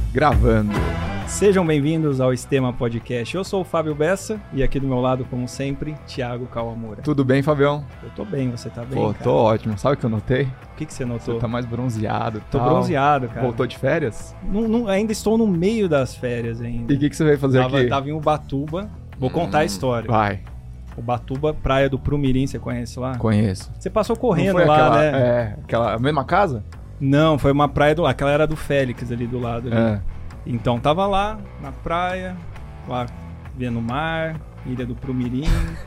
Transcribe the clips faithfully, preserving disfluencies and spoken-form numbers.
Gravando. Sejam bem-vindos ao Estema Podcast. Eu sou o Fábio Bessa e aqui do meu lado, como sempre, Thiago Kawamura. Tudo bem, Fabião? Eu tô bem, você tá bem, Pô, cara? tô ótimo. Sabe o que eu notei? O que, que você notou? Você tá mais bronzeado. Tô tal. bronzeado, cara. Voltou de férias? Não, não, ainda estou no meio das férias ainda. E o que, que você veio fazer tava, aqui? Tava em Ubatuba. Vou hum, contar a história. Vai. Ubatuba, praia do Prumirim, você conhece lá? Conheço. Você passou correndo Não foi lá, aquela, né? É, aquela a mesma casa? Não, foi uma praia do lado. Aquela era do Félix ali do lado. Ali. É. Então tava lá, na praia, lá vendo o mar, Ilha do Prumirim.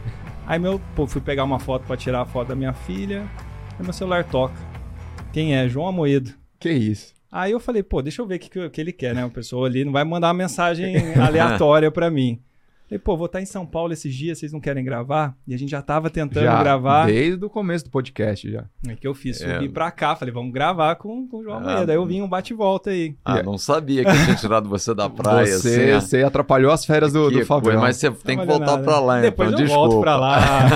Aí meu, pô, fui pegar uma foto pra tirar a foto da minha filha. Aí meu celular toca. Quem é? João Amoedo. Que isso? Aí eu falei, pô, deixa eu ver o que, que, que ele quer, né? O pessoal ali não vai mandar uma mensagem aleatória pra mim. Falei, pô, vou estar em São Paulo esses dias, vocês não querem gravar? E a gente já tava tentando já, gravar. Desde o começo do podcast, já. É que eu fiz, É. subi pra cá, falei, vamos gravar com, com o João Ah, Amoedo. Aí eu vim um bate-volta aí. Ah, não sabia que eu tinha tirado você da praia. Você, assim, você atrapalhou as férias do, que do Fabião. coisa, mas você tem que voltar nada. pra lá, Depois então, eu desculpa. volto pra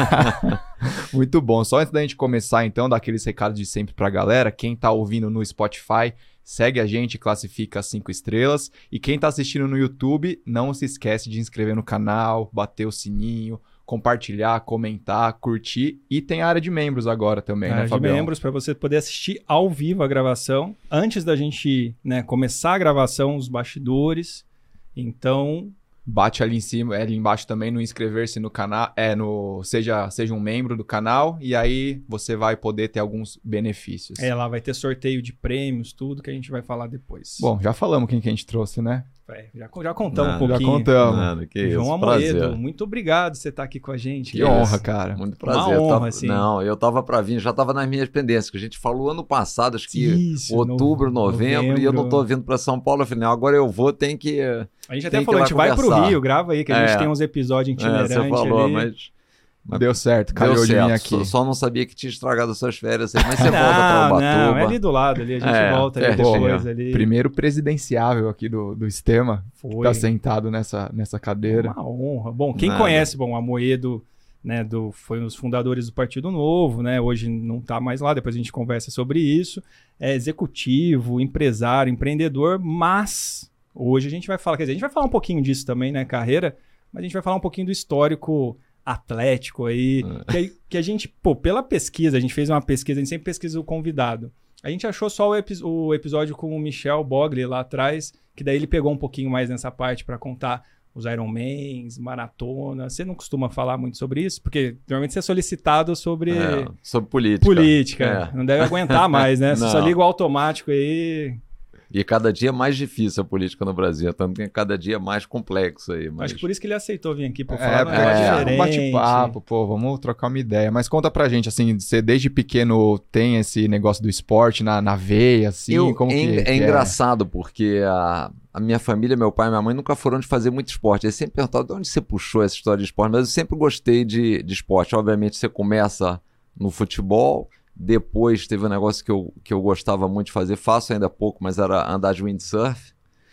lá. Muito bom. Só antes da gente começar, então, dar aqueles recados de sempre pra galera. Quem tá ouvindo no Spotify, segue a gente, classifica cinco estrelas. E quem tá assistindo no YouTube, não se esquece de inscrever no canal, bater o sininho, compartilhar, comentar, curtir. E tem a área de membros agora também, área né, de Fabião? membros para você poder assistir ao vivo a gravação. Antes da gente, né, começar a gravação, os bastidores. Então... Bate ali em cima, é, ali embaixo também no inscrever-se no canal, é no seja, seja um membro do canal e aí você vai poder ter alguns benefícios. É, lá vai ter sorteio de prêmios, tudo que a gente vai falar depois. Bom, já falamos quem que a gente trouxe, né? É, já, já contamos Nada, um Já pouquinho. contamos. Nada, que João isso, Amoedo, prazer. muito obrigado por você estar aqui com a gente. Que Que honra, isso. cara. Muito Uma prazer. Eu honra, tava- assim. Não, eu tava pra vir, já tava nas minhas pendências, que a gente falou ano passado, acho que Isso, outubro, no- novembro, e eu não tô vindo pra São Paulo. Eu falei, não, agora eu vou, tem que... A gente até Tem que falou, ir a gente lá vai pro conversar. Rio, grava aí, que a gente É. tem uns episódios É, itinerantes você falou, ali. mas... mas Deu certo, deu calhou de certo. vir aqui. Só, só não sabia que tinha estragado as suas férias, aí, mas você volta pra Não, Ubatuba. não, é ali do lado, ali, a gente É, volta ali pertinho. depois. Ali. Primeiro presidenciável aqui do, do Estema, Foi. tá sentado nessa, nessa cadeira. Uma honra. Bom, quem Nada. conhece, bom, Amoedo, né, do, foi um dos fundadores do Partido Novo, né, hoje não tá mais lá, depois a gente conversa sobre isso, é executivo, empresário, empreendedor, mas hoje a gente vai falar, quer dizer, a gente vai falar um pouquinho disso também, né, carreira, mas a gente vai falar um pouquinho do histórico atlético aí, que, que a gente, pô, pela pesquisa, a gente fez uma pesquisa, a gente sempre pesquisa o convidado. A gente achou só o, epi- o episódio com o Michel Bogli lá atrás, que daí ele pegou um pouquinho mais nessa parte para contar os Ironmans, maratona. Você não costuma falar muito sobre isso? Porque normalmente você é solicitado sobre É, sobre política. política. É. Não deve aguentar mais, né? Você Não. só liga o automático aí. E cada dia mais difícil a política no Brasil, tanto que é cada dia mais complexo aí. Mas... Acho que por isso que ele aceitou vir aqui para É, falar um porque negócio é, um diferente. bate-papo, pô, vamos trocar uma ideia. Mas conta pra gente, assim, você desde pequeno tem esse negócio do esporte na, na veia, assim, Eu- como é, que, en- é que engraçado, porque a, a minha família, meu pai e minha mãe nunca foram de fazer muito esporte. Eles sempre perguntavam de onde você puxou essa história de esporte, mas eu sempre gostei de, de esporte. Obviamente você começa no futebol, depois teve um negócio que eu, que eu gostava muito de fazer, faço ainda pouco, mas era andar de windsurf.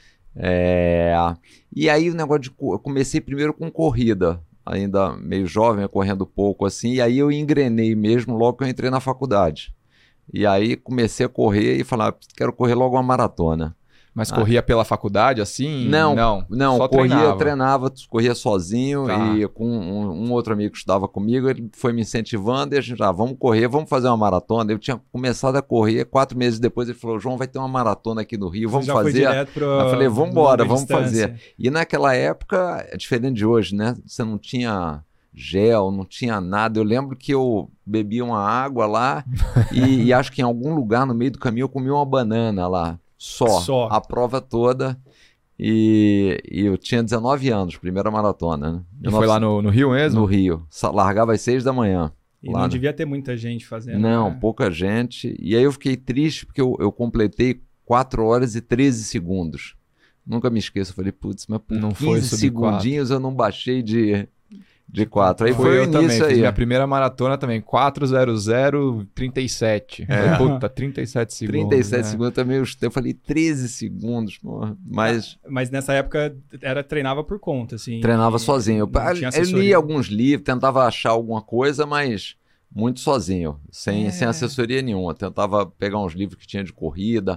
É, e aí o negócio de... co- Eu comecei primeiro com corrida, ainda meio jovem, correndo pouco assim, e aí eu engrenei mesmo logo que eu entrei na faculdade. E aí comecei a correr e falar, quero correr logo uma maratona. Mas Ah. corria pela faculdade, assim? Não, não, Não, só corria, treinava. treinava, corria sozinho Tá. e com um, um outro amigo que estudava comigo, ele foi me incentivando e a gente, ah, vamos correr, vamos fazer uma maratona. Eu tinha começado a correr, quatro meses depois ele falou, João, vai ter uma maratona aqui no Rio, vamos Você já foi fazer. direto pro, Eu falei, vamos embora, longa vamos distância. fazer. E naquela época, é diferente de hoje, né? Você não tinha gel, não tinha nada. Eu lembro que eu bebia uma água lá e, e acho que em algum lugar no meio do caminho eu comi uma banana lá. Só, Só. a prova toda. E, e eu tinha dezenove anos, primeira maratona, né? E foi lá no, no Rio mesmo? No Rio. Sa- Largava às seis da manhã. E lá não no- devia ter muita gente fazendo. Não, né? pouca gente. E aí eu fiquei triste porque eu, eu completei quatro horas e treze segundos. Nunca me esqueço. Eu falei, putz, mas por Não foi quinze sub quatro. segundinhos eu não baixei de, de quatro. Aí Foi foi, eu o também, início fiz aí. minha primeira maratona também, quatro zero zero trinta e sete. É. Puta, trinta e sete segundos. trinta e sete né? segundos também. Eu, eu falei treze segundos. Porra, mas Mas nessa época era treinava por conta, assim. treinava e sozinho. não Eu, tinha eu assessoria. li alguns livros, tentava achar alguma coisa, mas muito sozinho, sem, É. sem assessoria nenhuma. Tentava pegar uns livros que tinha de corrida.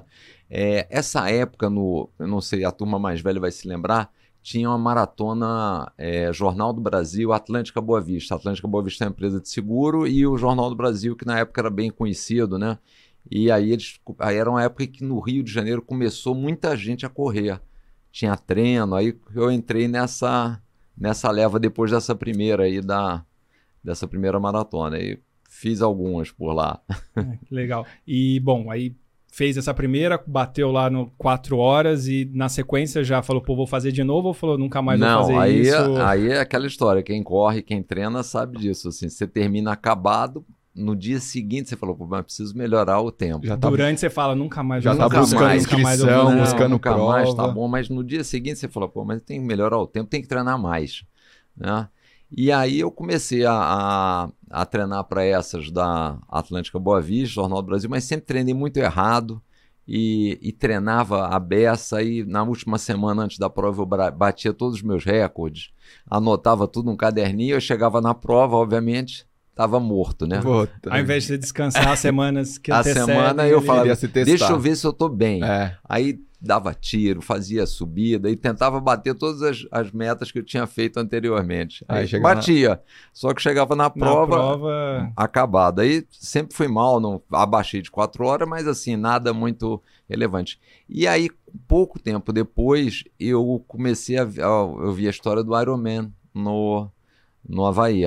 É, essa época, no, eu não sei, a turma mais velha vai se lembrar, tinha uma maratona é, Jornal do Brasil, Atlântica Boa Vista. A Atlântica Boa Vista é uma empresa de seguro e o Jornal do Brasil, que na época era bem conhecido, né? E aí, eles, aí era uma época que no Rio de Janeiro começou muita gente a correr. Tinha treino, aí eu entrei nessa, nessa leva depois dessa primeira aí, da, dessa primeira maratona. E fiz algumas por lá. É, que legal. E, bom, aí fez essa primeira, bateu lá no quatro horas e na sequência já falou, pô, vou fazer de novo ou falou, nunca mais Não, vou fazer aí, isso? aí é aquela história, quem corre, quem treina sabe disso. Assim, você termina acabado, no dia seguinte você falou, pô, mas preciso melhorar o tempo. Já tá, Durante você fala, nunca mais já vou tá nunca buscando mais, nunca mais eu inscrição, vou- Não, buscando nunca prova. mais, tá bom, mas no dia seguinte você falou, pô, mas tem que melhorar o tempo, tem que treinar mais, né? E aí eu comecei a, a, a treinar para essas da Atlântica Boa Vista, Jornal do Brasil, mas sempre treinei muito errado e, e treinava a beça e na última semana antes da prova eu bra- batia todos os meus recordes, anotava tudo num caderninho, eu chegava na prova, obviamente, estava morto, né? Puta. Ao invés de você descansar as semanas que A antecedem semana eu ali. falava, Queria se testar. deixa eu ver se eu tô bem. É. Aí dava tiro, fazia subida e tentava bater todas as, as metas que eu tinha feito anteriormente. Aí Aí chegava batia, só que chegava na Na prova, prova, acabado. Aí sempre fui mal, não abaixei de quatro horas, mas assim, nada muito relevante. E aí, pouco tempo depois, eu comecei a, ver- eu vi a história do Ironman no, no Havaí.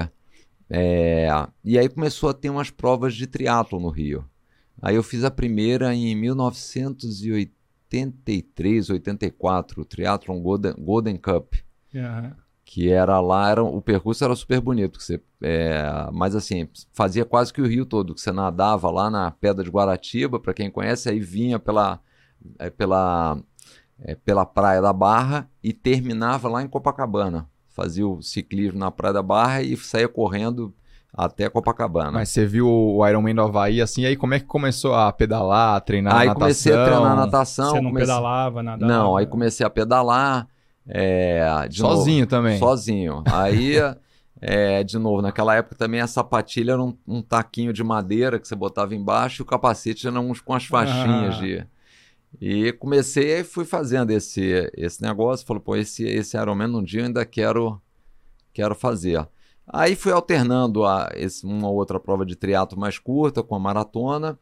É, e aí começou a ter umas provas de triatlo no Rio. Aí eu fiz a primeira em mil novecentos e oitenta e três, oitenta e quatro, o Triathlon Golden, Golden Cup, aham. que era lá, era, o percurso era super bonito, que você, é, mas assim, fazia quase que o Rio todo, que você nadava lá na Pedra de Guaratiba, para quem conhece, aí vinha pela, é, pela, é, pela Praia da Barra e terminava lá em Copacabana. Fazia o ciclismo na Praia da Barra e saía correndo até Copacabana. Mas você viu o Ironman do Havaí assim, aí como é que começou a pedalar, a treinar Aí natação? comecei a treinar natação. Você não comecei... pedalava, nada. Não, aí comecei a pedalar. É, de Sozinho novo, também? Sozinho. Aí, é, de novo, naquela época também a sapatilha era um, um taquinho de madeira que você botava embaixo e o capacete era uns com as faixinhas Ah. de... E comecei e fui fazendo esse, esse negócio. Falei, pô, esse, esse Ironman um dia eu ainda quero, quero fazer. Aí fui alternando a esse, uma outra prova de triatlo mais curta com a maratona.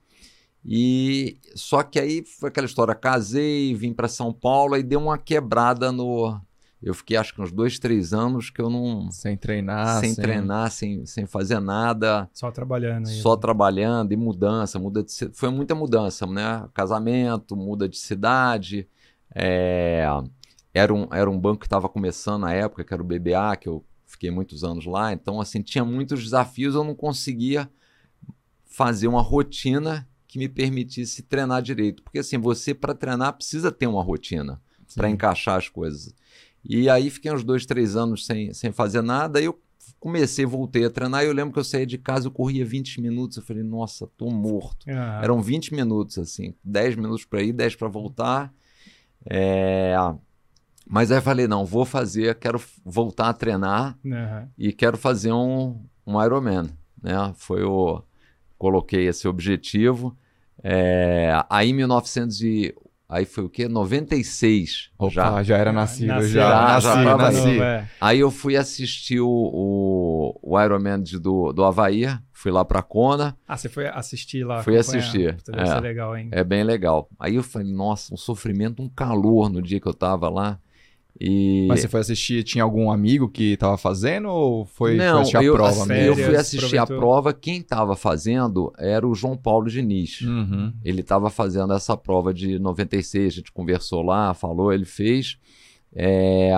E só que aí foi aquela história, casei, vim para São Paulo e deu uma quebrada no... Eu fiquei acho que uns dois, três anos que eu não... Sem treinar, sem treinar, sem, sem fazer nada, Só trabalhando aí. só trabalhando e mudança, muda de, ci- foi muita mudança, né? Casamento, muda de cidade, é, era, um, era um banco que estava começando na época, que era o B B A, que eu fiquei muitos anos lá, então assim, tinha muitos desafios, eu não conseguia fazer uma rotina que me permitisse treinar direito, porque assim, você para treinar precisa ter uma rotina para encaixar as coisas. E aí fiquei uns dois, três anos sem, sem fazer nada, aí eu comecei, voltei a treinar, e eu lembro que eu saía de casa, eu corria vinte minutos, eu falei, nossa, tô morto. Ah, Eram vinte minutos, assim, dez minutos para ir, dez para voltar. É... Mas aí eu falei, não, vou fazer, quero voltar a treinar aham. e quero fazer um, um Ironman, né? Foi o... Coloquei esse objetivo. É... Aí em mil e novecentos e... Aí foi o quê? noventa e seis. Opa, já. já, era nascido, Nasceu. já. Já, nasci, já tava nasci. Não, é. Aí eu fui assistir o, o, o Ironman de- do, do Havaí, fui lá pra Kona, Ah, você foi assistir lá? Fui acompanhar. assistir, Puta, deve é. ser legal, hein? é bem legal. Aí eu falei, nossa, um sofrimento, um calor no dia que eu tava lá. E... Mas você foi assistir, tinha algum amigo que tava fazendo ou foi, Não, foi assistir a eu, prova assim, mesmo? eu fui Férias, assistir a aproveitou. prova, quem tava fazendo era o João Paulo Diniz. Uhum. Ele estava fazendo essa prova de noventa e seis, a gente conversou lá, falou, ele fez. É,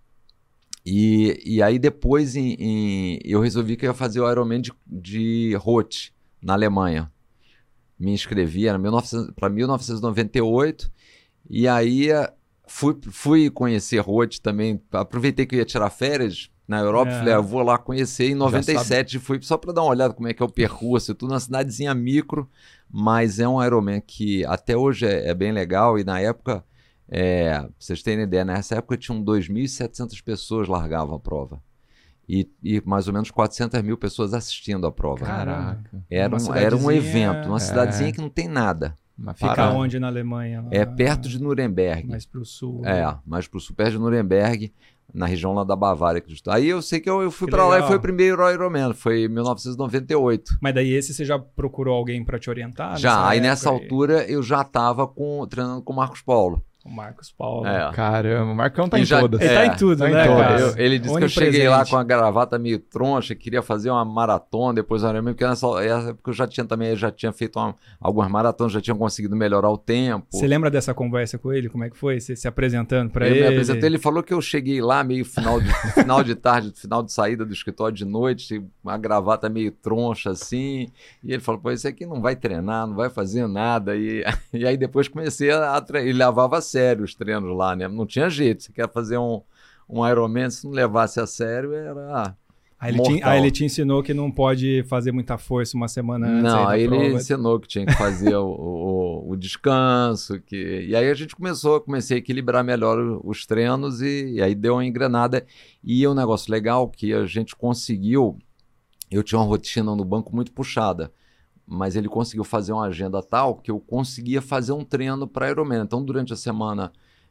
E, e aí depois em, em- eu resolvi que eu ia fazer o Ironman de, de Roth, na Alemanha. Me inscrevi, era para mil novecentos e noventa e oito, e aí eh, fui, fui conhecer Roth também, aproveitei que eu ia tirar férias na Europa, É. falei, ah, eu vou lá conhecer, em noventa e sabe. sete fui só para dar uma olhada como é que é o percurso, e tudo na cidadezinha micro, mas é um Ironman que até hoje é, é bem legal, e na época, é, pra vocês terem ideia, nessa época tinham dois mil e setecentas pessoas largavam a prova. E, e mais ou menos quatrocentas mil pessoas assistindo a prova. Caraca. Era Uma um, era um cidadezinha- evento, uma cidadezinha que não tem nada. Mas Fica para- onde na Alemanha? Lá, É perto de Nuremberg. Mais pro sul. É, mais pro sul, perto de Nuremberg, na região lá da Bavária. que eu estou. Aí eu sei que eu, eu fui Que pra lá e legal. foi o primeiro Ironman, foi em mil novecentos e noventa e oito. Mas daí esse você já procurou alguém pra te orientar? Já, aí época nessa altura eu já tava com, treinando com o Marcos Paulo. O Marcos Paulo. É. Caramba, o Marcão tá E em já- todas. Ele tá em tudo, tá em né, todas. cara? Eu- ele disse que eu cheguei Onipresente. lá com a gravata meio troncha, queria fazer uma maratona depois do Ironman, porque nessa época eu já tinha também, eu já tinha feito uma- algumas maratonas, já tinha conseguido melhorar o tempo. Você lembra dessa conversa com ele? Como é que foi? Você se apresentando pra Eu ele? me apresentei, ele falou que eu cheguei lá meio final de, final de tarde, final de saída do escritório de noite, uma gravata meio troncha assim, e ele falou, pô, esse aqui não vai treinar, não vai fazer nada, e, e aí depois comecei a treinar, ele levava a sério os treinos lá, né, não tinha jeito, você quer fazer um, um Ironman, se não levasse a sério, era... Aí ele, te, mortal. aí ele te ensinou que não pode fazer muita força uma semana antes. Não, aí aí da ele prova. ensinou que tinha que fazer o, o, o descanso, que... e aí a gente começou, comecei a equilibrar melhor o- os treinos e, e aí deu uma engrenada. E um negócio legal que a gente conseguiu, eu tinha uma rotina no banco muito puxada, mas ele conseguiu fazer uma agenda tal que eu conseguia fazer um treino para Ironman. Então durante a semana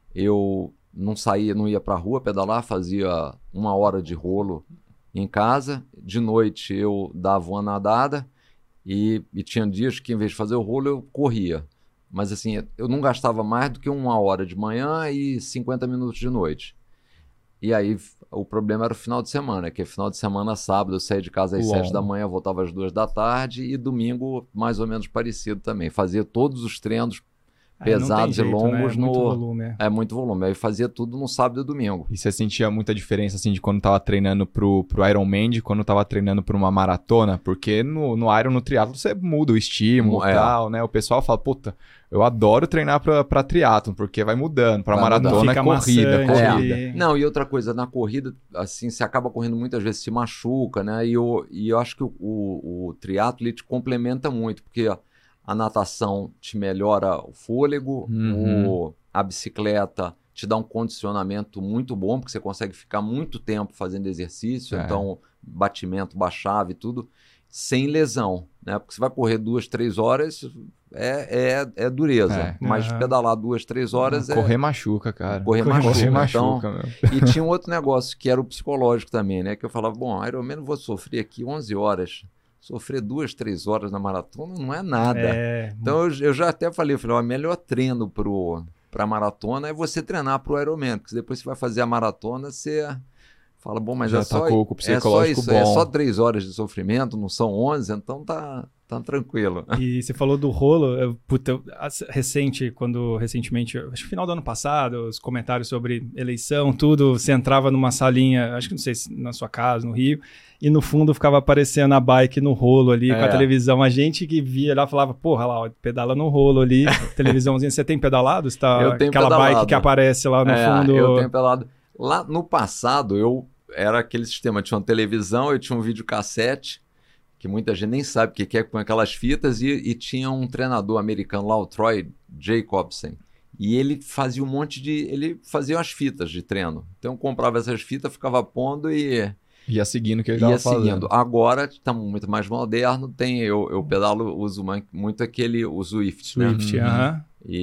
eu não saía, não ia para a rua pedalar, fazia uma hora de rolo em casa, de noite eu dava uma nadada e, e tinha dias que em vez de fazer o rolo eu corria, mas assim, eu não gastava mais do que uma hora de manhã e cinquenta minutos de noite. E aí o problema era o final de semana, que final de semana, sábado, eu saía de casa às Uau. sete da manhã, voltava às duas da tarde e domingo mais ou menos parecido também, fazia todos os treinos Aí não tem pesados e jeito, né? longos É muito no... volume, é. É muito volume, aí fazia tudo no sábado e domingo. E você sentia muita diferença, assim, de quando tava treinando pro, pro Ironman, de quando tava treinando pra uma maratona? Porque no, no Iron, no triatlo, você muda o estímulo e É. tal, né? O pessoal fala, puta, eu adoro treinar pra, pra triatlo, porque vai mudando. Pra Vai maratona mudando. é Fica corrida, maçante. corrida. É. Não, e outra coisa, na corrida, assim, você acaba correndo muitas vezes, se machuca, né? E eu, e eu acho que o, o, o triatlo ele te complementa muito, porque a natação te melhora o fôlego, Uhum. o, a bicicleta te dá um condicionamento muito bom, porque você consegue ficar muito tempo fazendo exercício, É. então batimento, baixava e tudo, sem lesão, né? Porque você vai correr duas, três horas, é, é, é dureza, É. mas Aham. pedalar duas, três horas é... Correr machuca, cara. Correr machuca, Correr então- machuca, meu. E tinha um outro negócio que era o psicológico também, né? Que eu falava, bom, Ironman eu vou sofrer aqui onze horas. Sofrer duas, três horas na maratona não é nada. É, Então eu, eu já até falei, eu falei, ó, o melhor treino pro, pra maratona é você treinar pro Ironman, porque depois você vai fazer a maratona, você fala, bom, mas Já é, tá só, com o é só psicológico isso, é bom. só três horas de sofrimento, não são onze, então tá, tá tranquilo. E você falou do rolo, eu, puta, eu- as- recente, quando recentemente, acho que final do ano passado, os comentários sobre eleição, tudo, você entrava numa salinha, acho que não sei se na sua casa, no Rio, e no fundo ficava aparecendo a bike no rolo ali, com a É. televisão. A gente que via lá falava, porra lá, ó, pedala no rolo ali, televisãozinha. Você tem pedalado? Você tá, Eu tenho aquela pedalado. bike que aparece lá no É, fundo. eu tenho pelado. Lá no passado, eu era aquele sistema, tinha uma televisão, eu tinha um videocassete, que muita gente nem sabe o que que é, com aquelas fitas, e, e tinha um treinador americano lá, o Troy Jacobsen, e ele fazia um monte de... ele fazia umas fitas de treino. Então eu comprava essas fitas, ficava pondo e Ia seguindo o que ele tava ia fazendo. seguindo. Agora estamos muito mais moderno, tem, eu, eu pedalo, uso ma- muito aquele, o Zwift, né? Swift, Uhum. aham.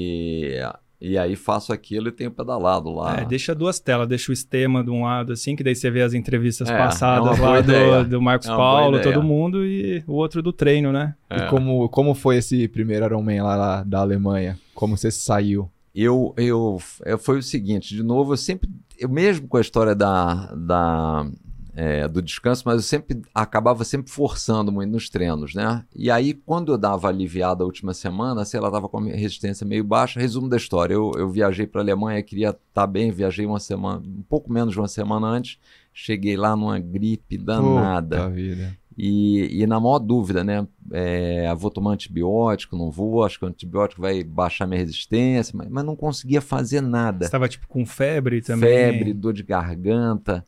E, e aí faço aquilo e tenho pedalado lá. É, deixa duas telas, deixa o Estema de um lado, assim, que daí você vê as entrevistas É, passadas é uma boa lá ideia. do, do Marcos É uma boa Paulo, ideia. todo mundo, e o outro do treino, né? É. E como, como foi esse primeiro Ironman lá, lá da Alemanha? Como você saiu? Eu, eu, eu- foi o seguinte, de novo, eu sempre, eu mesmo com a história da, da, é, do descanso, mas eu sempre acabava sempre forçando muito nos treinos, né? E aí, quando eu dava aliviada a última semana, sei lá, tava com a minha resistência meio baixa, resumo da história, eu, eu viajei para a Alemanha, queria estar bem, viajei uma semana, um pouco menos de uma semana antes, cheguei lá numa gripe danada. Puta vida. E, e na maior dúvida, né? É, vou tomar antibiótico, não vou, acho que o antibiótico vai baixar minha resistência, mas, mas não conseguia fazer nada. Você tava, tipo, com febre também. Febre, dor de garganta.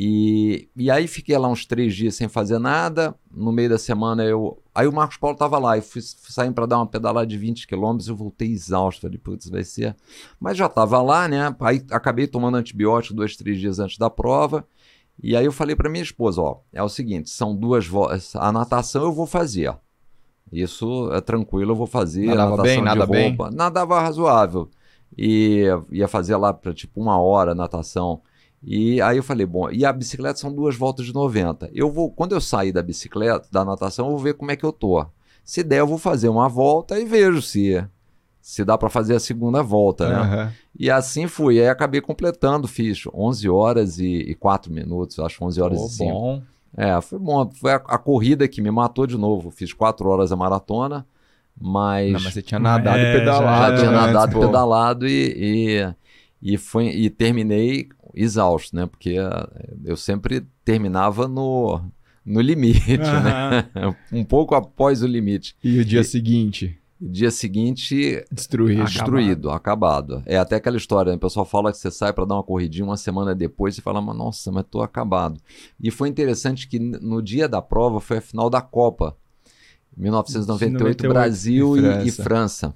E, e aí fiquei lá uns três dias sem fazer nada. No meio da semana eu. Aí o Marcos Paulo tava lá, eu fui, fui saindo para dar uma pedalada de vinte quilômetros, eu voltei exausto. Falei, putz, vai ser. Mas já tava lá, né? Aí acabei tomando antibiótico dois, três dias antes da prova. E aí eu falei para minha esposa, ó, é o seguinte, são duas voltas, a natação eu vou fazer, Isso é tranquilo, eu vou fazer. Nadava natação bem, de nada roupa. bem? Nadava razoável. E ia fazer lá para tipo uma hora natação. E aí eu falei, bom, e a bicicleta são duas voltas de noventa. Eu vou, quando eu sair da bicicleta, da natação, eu vou ver como é que eu tô. Se der, eu vou fazer uma volta e vejo se, se dá para fazer a segunda volta, né? Uhum. E assim fui. Aí acabei completando, fiz onze horas e quatro minutos, acho onze horas Pô, e cinco. bom. É, foi bom. Foi a, a corrida que me matou de novo. Fiz quatro horas a maratona, mas, Não, mas você tinha nadado É, e pedalado. já tinha né, nadado antes, e pô. pedalado e, e, e, foi, e terminei exausto, né? Porque uh, eu sempre terminava no, no limite, né? Um pouco após o limite. E o dia E- seguinte? E dia seguinte, Destruído. destruído, acabado. É até aquela história, né? O pessoal fala que você sai para dar uma corridinha uma semana depois, você fala, mas nossa, mas tô acabado. E foi interessante que n- no dia da prova foi a final da Copa, mil novecentos e noventa e oito, noventa e oito, Brasil e e, França. e França.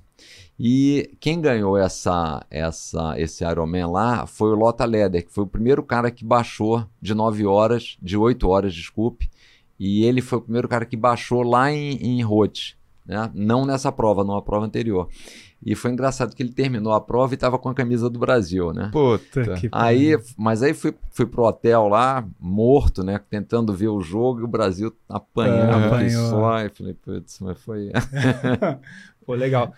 E quem ganhou essa, essa, esse Ironman lá foi o Lothar Leder, que foi o primeiro cara que baixou de nove horas, de oito horas, desculpe, e ele foi o primeiro cara que baixou lá em, em Roth, né? Não nessa prova, numa prova anterior. E foi engraçado que ele terminou a prova e estava com a camisa do Brasil, né? Puta. Que Aí, mas aí fui, fui pro hotel lá, morto, né? Tentando ver o jogo e o Brasil apanhando Ah, aqui apanhou. só. E falei, putz, mas foi. Pô, legal.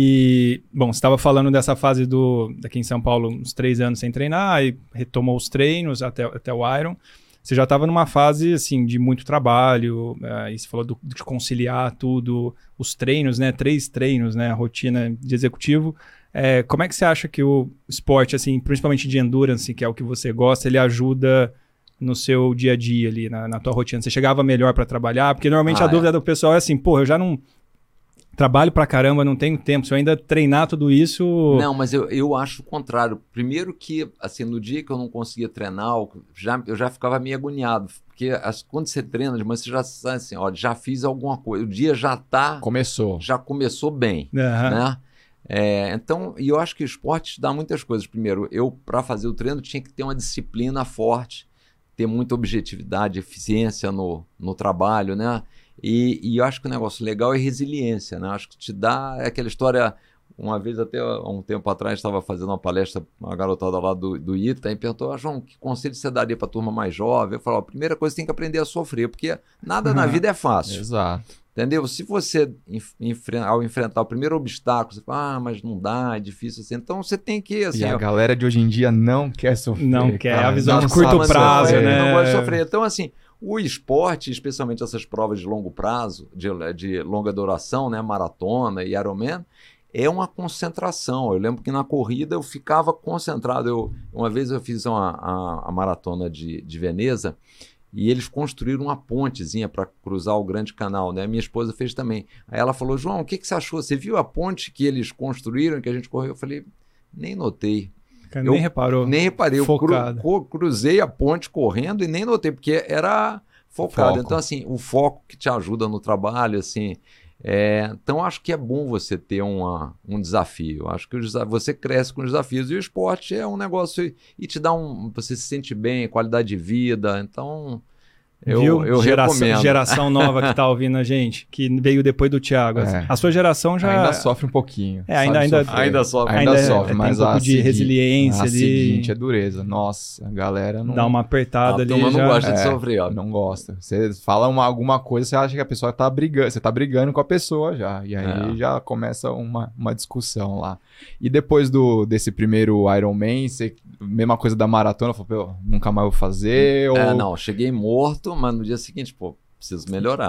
E, bom, você estava falando dessa fase do daqui em São Paulo, uns três anos sem treinar, e retomou os treinos até, até o Iron. Você já estava numa fase, assim, de muito trabalho, uh, e você falou do, de conciliar tudo, os treinos, né? Três treinos, né? A rotina de executivo. É, como é que você acha que o esporte, assim, principalmente de endurance, que é o que você gosta, ele ajuda no seu dia a dia ali, na, na tua rotina? Você chegava melhor para trabalhar? Porque normalmente Ah, a é. dúvida do pessoal é assim, pô, eu já não trabalho pra caramba, não tenho tempo. Se eu ainda treinar tudo isso... Não, mas eu, eu acho o contrário. Primeiro que, assim, no dia que eu não conseguia treinar, eu já, eu já ficava meio agoniado. Porque as, quando você treina, mas você já sabe assim, ó, já fiz alguma coisa. O dia já tá, Começou. já começou bem, Aham. né? É, então, e eu acho que o esporte te dá muitas coisas. Primeiro, eu, para fazer o treino, tinha que ter uma disciplina forte, ter muita objetividade, eficiência no, no trabalho, né? E, e eu acho que o negócio legal é resiliência, né? Acho que te dá é aquela história. Uma vez, até há um tempo atrás, estava fazendo uma palestra, uma garotada lá do, do Ita, e perguntou, ah, João, que conselho você daria para a turma mais jovem? Eu falei, a primeira coisa, você tem que aprender a sofrer, porque nada na vida é fácil. Exato. Entendeu? Se você, enf- enfre- ao enfrentar o primeiro obstáculo, você fala, ah, mas não dá, é difícil assim. Então você tem que, assim... E a ó, galera de hoje em dia não quer sofrer. Não quer, cara. a visão Não de curto sabe prazo, sofrer. né? Não gosta de sofrer. Então, assim, o esporte, especialmente essas provas de longo prazo, de, de longa duração, né, maratona e Ironman, é uma concentração. Eu lembro que na corrida eu ficava concentrado. Eu, uma vez eu fiz uma, a, a maratona de, de Veneza e eles construíram uma pontezinha para cruzar o Grande Canal, né? Minha esposa fez também. Aí ela falou, João, o que, que você achou? Você viu a ponte que eles construíram, que a gente correu? Eu falei, nem notei. Cara, Eu nem reparou. Nem reparei, eu cru, Focado. cru- cruzei a ponte correndo e nem notei, porque era focado. Foco. Então, assim, o foco que te ajuda no trabalho, assim. é, então, acho que é bom você ter uma, um desafio. Acho que o desa- você cresce com os desafios. E o esporte é um negócio e, e te dá um. Você se sente bem, qualidade de vida. Então, eu, Viu? eu geração, recomendo. geração nova que tá ouvindo a gente, que veio depois do Thiago. É. A sua geração já... Ainda sofre um pouquinho. É, ainda- sabe ainda- sofrer. Ainda sofre. Ainda, Ainda é- sofre, tem mas um pouco a de segui- resiliência a ali. seguinte é dureza. Nossa, a galera não, Dá uma apertada A ali. turma não já... gosta de É, sofrer, ó. não gosta. Você fala uma, alguma coisa, você acha que a pessoa tá brigando, você tá brigando com a pessoa já. E aí É. já começa uma, uma discussão lá. E depois do, desse primeiro Ironman, você, mesma coisa da maratona, falou, pô, nunca mais vou fazer. Ou... É, não, cheguei morto, mas no dia seguinte, pô, preciso melhorar.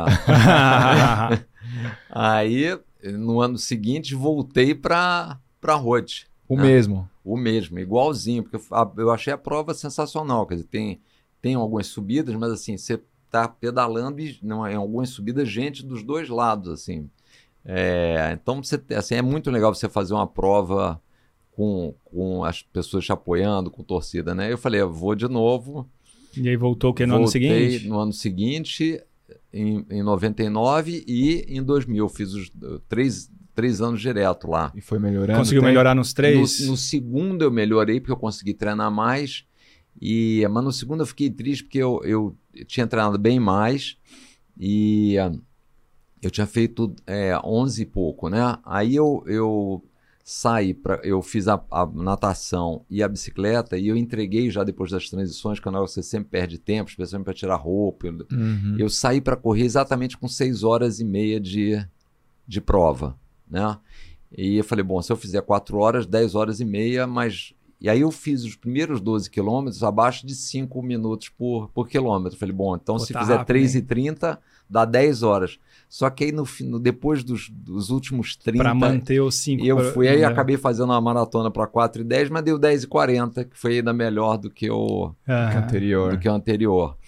Aí, no ano seguinte, voltei para para Roth. O né? mesmo. O mesmo, igualzinho, porque eu, a- eu achei a prova sensacional. Quer dizer, tem, tem algumas subidas, mas assim, você tá pedalando e não, em algumas subidas, gente dos dois lados, assim. É, então, você, assim, é muito legal você fazer uma prova com, com as pessoas te apoiando, com torcida, né? Eu falei, eu vou de novo. E aí voltou o que no ano Voltei seguinte? no ano seguinte, em, em noventa e nove e em dois mil. Eu fiz os uh, três, três anos direto lá. E foi melhorando. Conseguiu tem- melhorar nos três? No, no segundo eu melhorei porque eu consegui treinar mais. E, mas no segundo eu fiquei triste porque eu, eu tinha treinado bem mais. E, ah, eu tinha feito é, onze e pouco, né? Aí eu, eu saí, pra, eu fiz a, a natação e a bicicleta e eu entreguei já depois das transições, que é um negócio que você sempre perde tempo, especialmente para tirar roupa. Uhum. Eu saí para correr exatamente com seis horas e meia de, de prova, né? E eu falei, bom, se eu fizer quatro horas, dez horas e meia, mas... E aí eu fiz os primeiros doze quilômetros abaixo de cinco minutos por, por quilômetro. Eu falei, bom, então Pô, se tá fizer rápido, três e hein? trinta, dá dez horas. Só que aí no, no, depois dos, dos últimos trinta... Para manter os cinco. Eu pra- fui aí, né? acabei fazendo uma maratona para quatro e dez, mas deu dez e quarenta, que foi ainda melhor do que o, Aham. Que anterior. do que o anterior.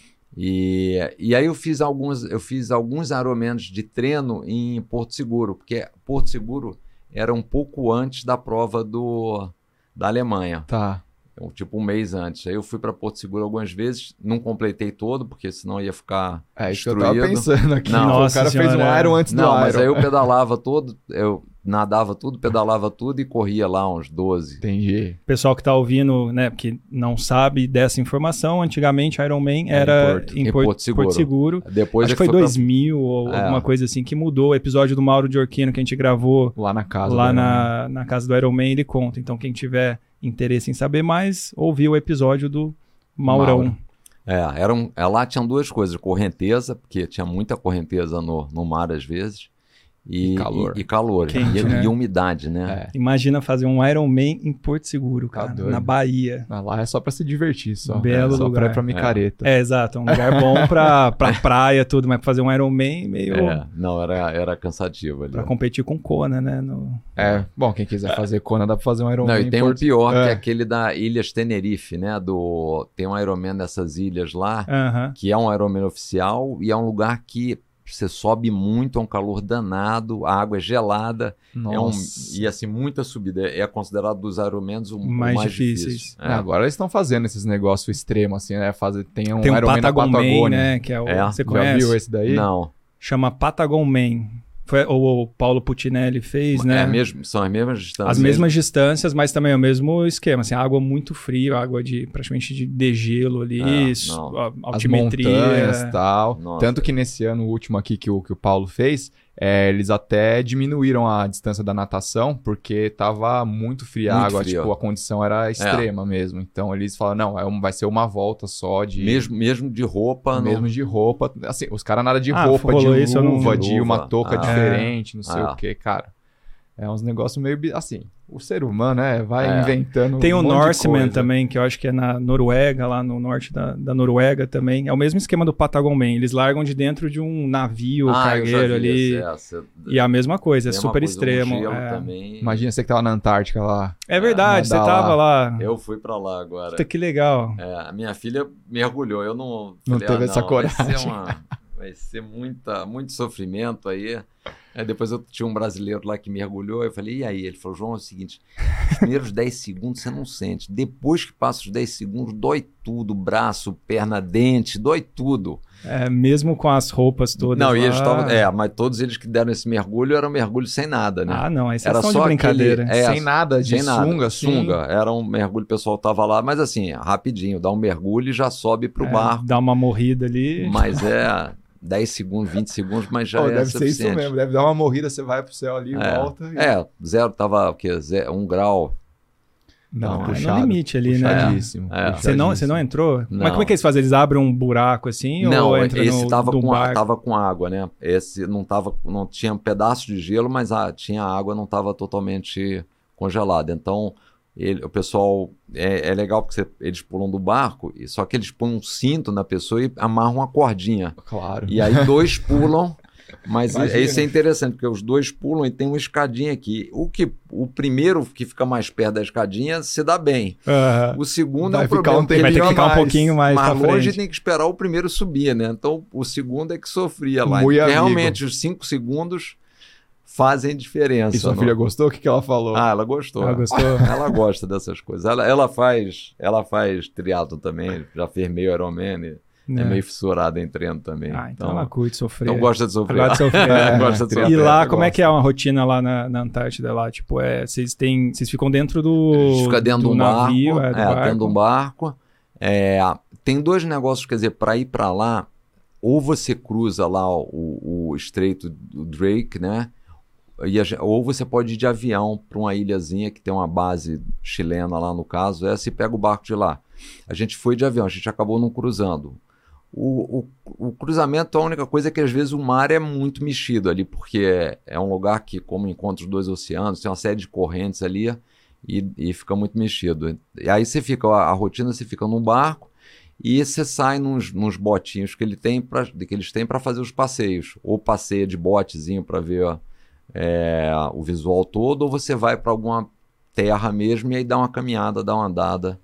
E, e aí eu fiz alguns, eu fiz alguns Ironmans de treino em Porto Seguro, porque Porto Seguro era um pouco antes da prova do, da Alemanha. Tá. Então, tipo um mês antes. Aí eu fui para Porto Seguro algumas vezes, não completei todo, porque senão ia ficar É isso que eu destruído. tava pensando aqui. Não, Pô, o nossa cara fez senhora, um é. Iron antes Não, do mas Iron. aí eu pedalava todo, eu nadava tudo, pedalava tudo e corria lá uns doze. Entendi. Pessoal que tá ouvindo, né, que não sabe dessa informação, antigamente Ironman era em Porto- em em Por- Porto Seguro. Porto Seguro. Depois Acho é que foi foi pra- dois mil ou É. alguma coisa assim que mudou. O episódio do Mauro Giorchino que a gente gravou Lá na casa. lá do Iron Man. na, na casa do Ironman, ele conta. Então, quem tiver interesse em saber mais, ouviu o episódio do Maurão. Mauro. É, era um, é, lá tinham duas coisas, correnteza, porque tinha muita correnteza no, no mar às vezes, e, E calor. E, e calor, Quente, e, né? e umidade, né? É. Imagina fazer um Ironman em Porto Seguro, Tá cara, doido. na Bahia. Ah, lá é só pra se divertir, só. Belo é, só lugar. pra ir pra micareta. É, exato. É um lugar bom pra, pra praia, tudo, mas pra fazer um Ironman meio... É, não, era, era cansativo ali. Pra competir com Kona, né? No... É, bom, quem quiser fazer Kona dá pra fazer um Iron Não, Man. e em tem um Porto- pior, É. que é aquele da Ilhas Tenerife, né? Do, tem um Ironman dessas ilhas lá, Aham. que é um Ironman oficial, e é um lugar que você sobe muito, é um calor danado, a água é gelada, é um, Nossa. e assim, muita subida. É considerado dos Ironmans o o Mais mais, difíceis. difícil. É, agora eles estão fazendo esses negócios extremos, assim, né? Fazer, tem um Tem um Iron Man na Patagon Man, Patagônia. né? Que é o... É, Você Já conhece? viu esse daí? Não, Chama Patagon Man. Foi, o, o Paulo Puccinelli fez, né? é mesmo, são as mesmas distâncias. As mesmas distâncias, mas também é o mesmo esquema. Assim, água muito fria, água de praticamente de degelo ali, É, isso, não. a- As altimetria. montanhas e tal. Nossa. Tanto que nesse ano último aqui que o, que o Paulo fez, é, eles até diminuíram a distância da natação, porque tava muito fria a Muito água, frio. tipo, a condição era extrema mesmo. Então eles falaram, não, é um- vai ser uma volta só de... Mesmo, mesmo de roupa, mesmo não... de roupa. Assim, os caras nada de Ah, roupa, de rolou luva, isso, eu não- de de uma luva. touca Ah. diferente, não sei Ah. o que, cara. É uns negócios meio... bi- Assim, o ser humano, né, vai É. inventando Tem um o monte de Norseman coisa. também, que eu acho que é na Noruega, lá no norte da, da Noruega também. É o mesmo esquema do Patagon Man. Eles largam de dentro de um navio Ah, eu já cargueiro vi ali. essa, essa. E a mesma coisa, é Mesma super coisa, extremo. um gelo é. também. Imagina você que tava na Antártica lá. É verdade, você nadar tava lá. Eu fui pra lá agora. Puta, que legal. É, a minha filha mergulhou, eu não... Não falei, teve ah, essa não, Vai coragem. ser, uma- vai ser muita, muito sofrimento aí. Aí depois eu tinha um brasileiro lá que mergulhou, eu falei, e aí? Ele falou, João, é o seguinte, os primeiros dez segundos você não sente, depois que passa os dez segundos, dói tudo, braço, perna, dente, dói tudo. É, mesmo com as roupas todas Não, lá... e eles estavam... É, mas todos eles que deram esse mergulho eram mergulho sem nada, né? Ah, não, aí vocês Era estão só de brincadeira. aquele- é, Sem nada, de Sem nada, sunga, assim. sunga. Era um mergulho, o pessoal tava lá, mas assim, rapidinho, dá um mergulho e já sobe pro É, barco. Dá uma morrida ali. Mas é dez segundos, vinte segundos, mas já Pô, é deve ser suficiente. isso mesmo, deve dar uma morrida, você vai pro céu ali, É. volta e... É, zero, tava o quê? Zero, um grau. Não, Não, é puxado, no limite ali, né? puxadíssimo, É. Você não, você não entrou? Não. Mas como é que eles fazem? Eles abrem um buraco assim Não, ou entra esse no tava do com, a- barco? tava com água, né? Esse não tava, não tinha um pedaço de gelo, mas ah, tinha água, não tava totalmente congelada. Então, ele- o pessoal, é, é legal porque você- eles pulam do barco, e só que eles põem um cinto na pessoa e amarram uma cordinha. Claro. E aí dois pulam, mas Imagina. isso é interessante, porque os dois pulam e tem uma escadinha aqui. O, que, o primeiro que fica mais perto da escadinha se dá bem. Aham. O segundo Vai é um ficar problema, um porque Vai ter que tempinho ficar um mais, pouquinho mais pra mais longe frente. tem que esperar o primeiro subir, né? Então o segundo é que sofria lá. Muito Porque amigo. realmente os cinco segundos fazem diferença. E sua no- filha gostou? O que, que ela falou? Ah, ela gostou. Ela gostou? Ela gosta dessas coisas. Ela, ela faz, ela faz triatlo também, já fez meio Ironman, e Né? é meio fissurada em treino também. Ah, então, ela curte sofrer. então gosta de sofrer. Gosta de sofrer. É, É. gosta de E sofrer. E lá, Ela como é gosta. que é uma rotina lá na, na Antártida lá? Tipo, é, vocês têm, vocês ficam dentro do, A gente fica dentro do de um navio, barco, é, do é, barco. dentro de um barco. É, tem dois negócios, quer dizer, para ir para lá, ou você cruza lá o, o Estreito do Drake, né? E a, ou você pode ir de avião para uma ilhazinha que tem uma base chilena lá no caso, essa e pega o barco de lá. A gente foi de avião, a gente acabou não cruzando. O, o, o cruzamento, a única coisa é que às vezes o mar é muito mexido ali, porque é, é um lugar que, como encontra os dois oceanos, tem uma série de correntes ali e, e fica muito mexido. E aí você fica, a, a rotina você fica num barco e você sai nos, nos botinhos que, ele tem pra, que eles têm para fazer os passeios. Ou passeia de botezinho para ver é, o visual todo, ou você vai para alguma terra mesmo e aí dá uma caminhada, dá uma andada.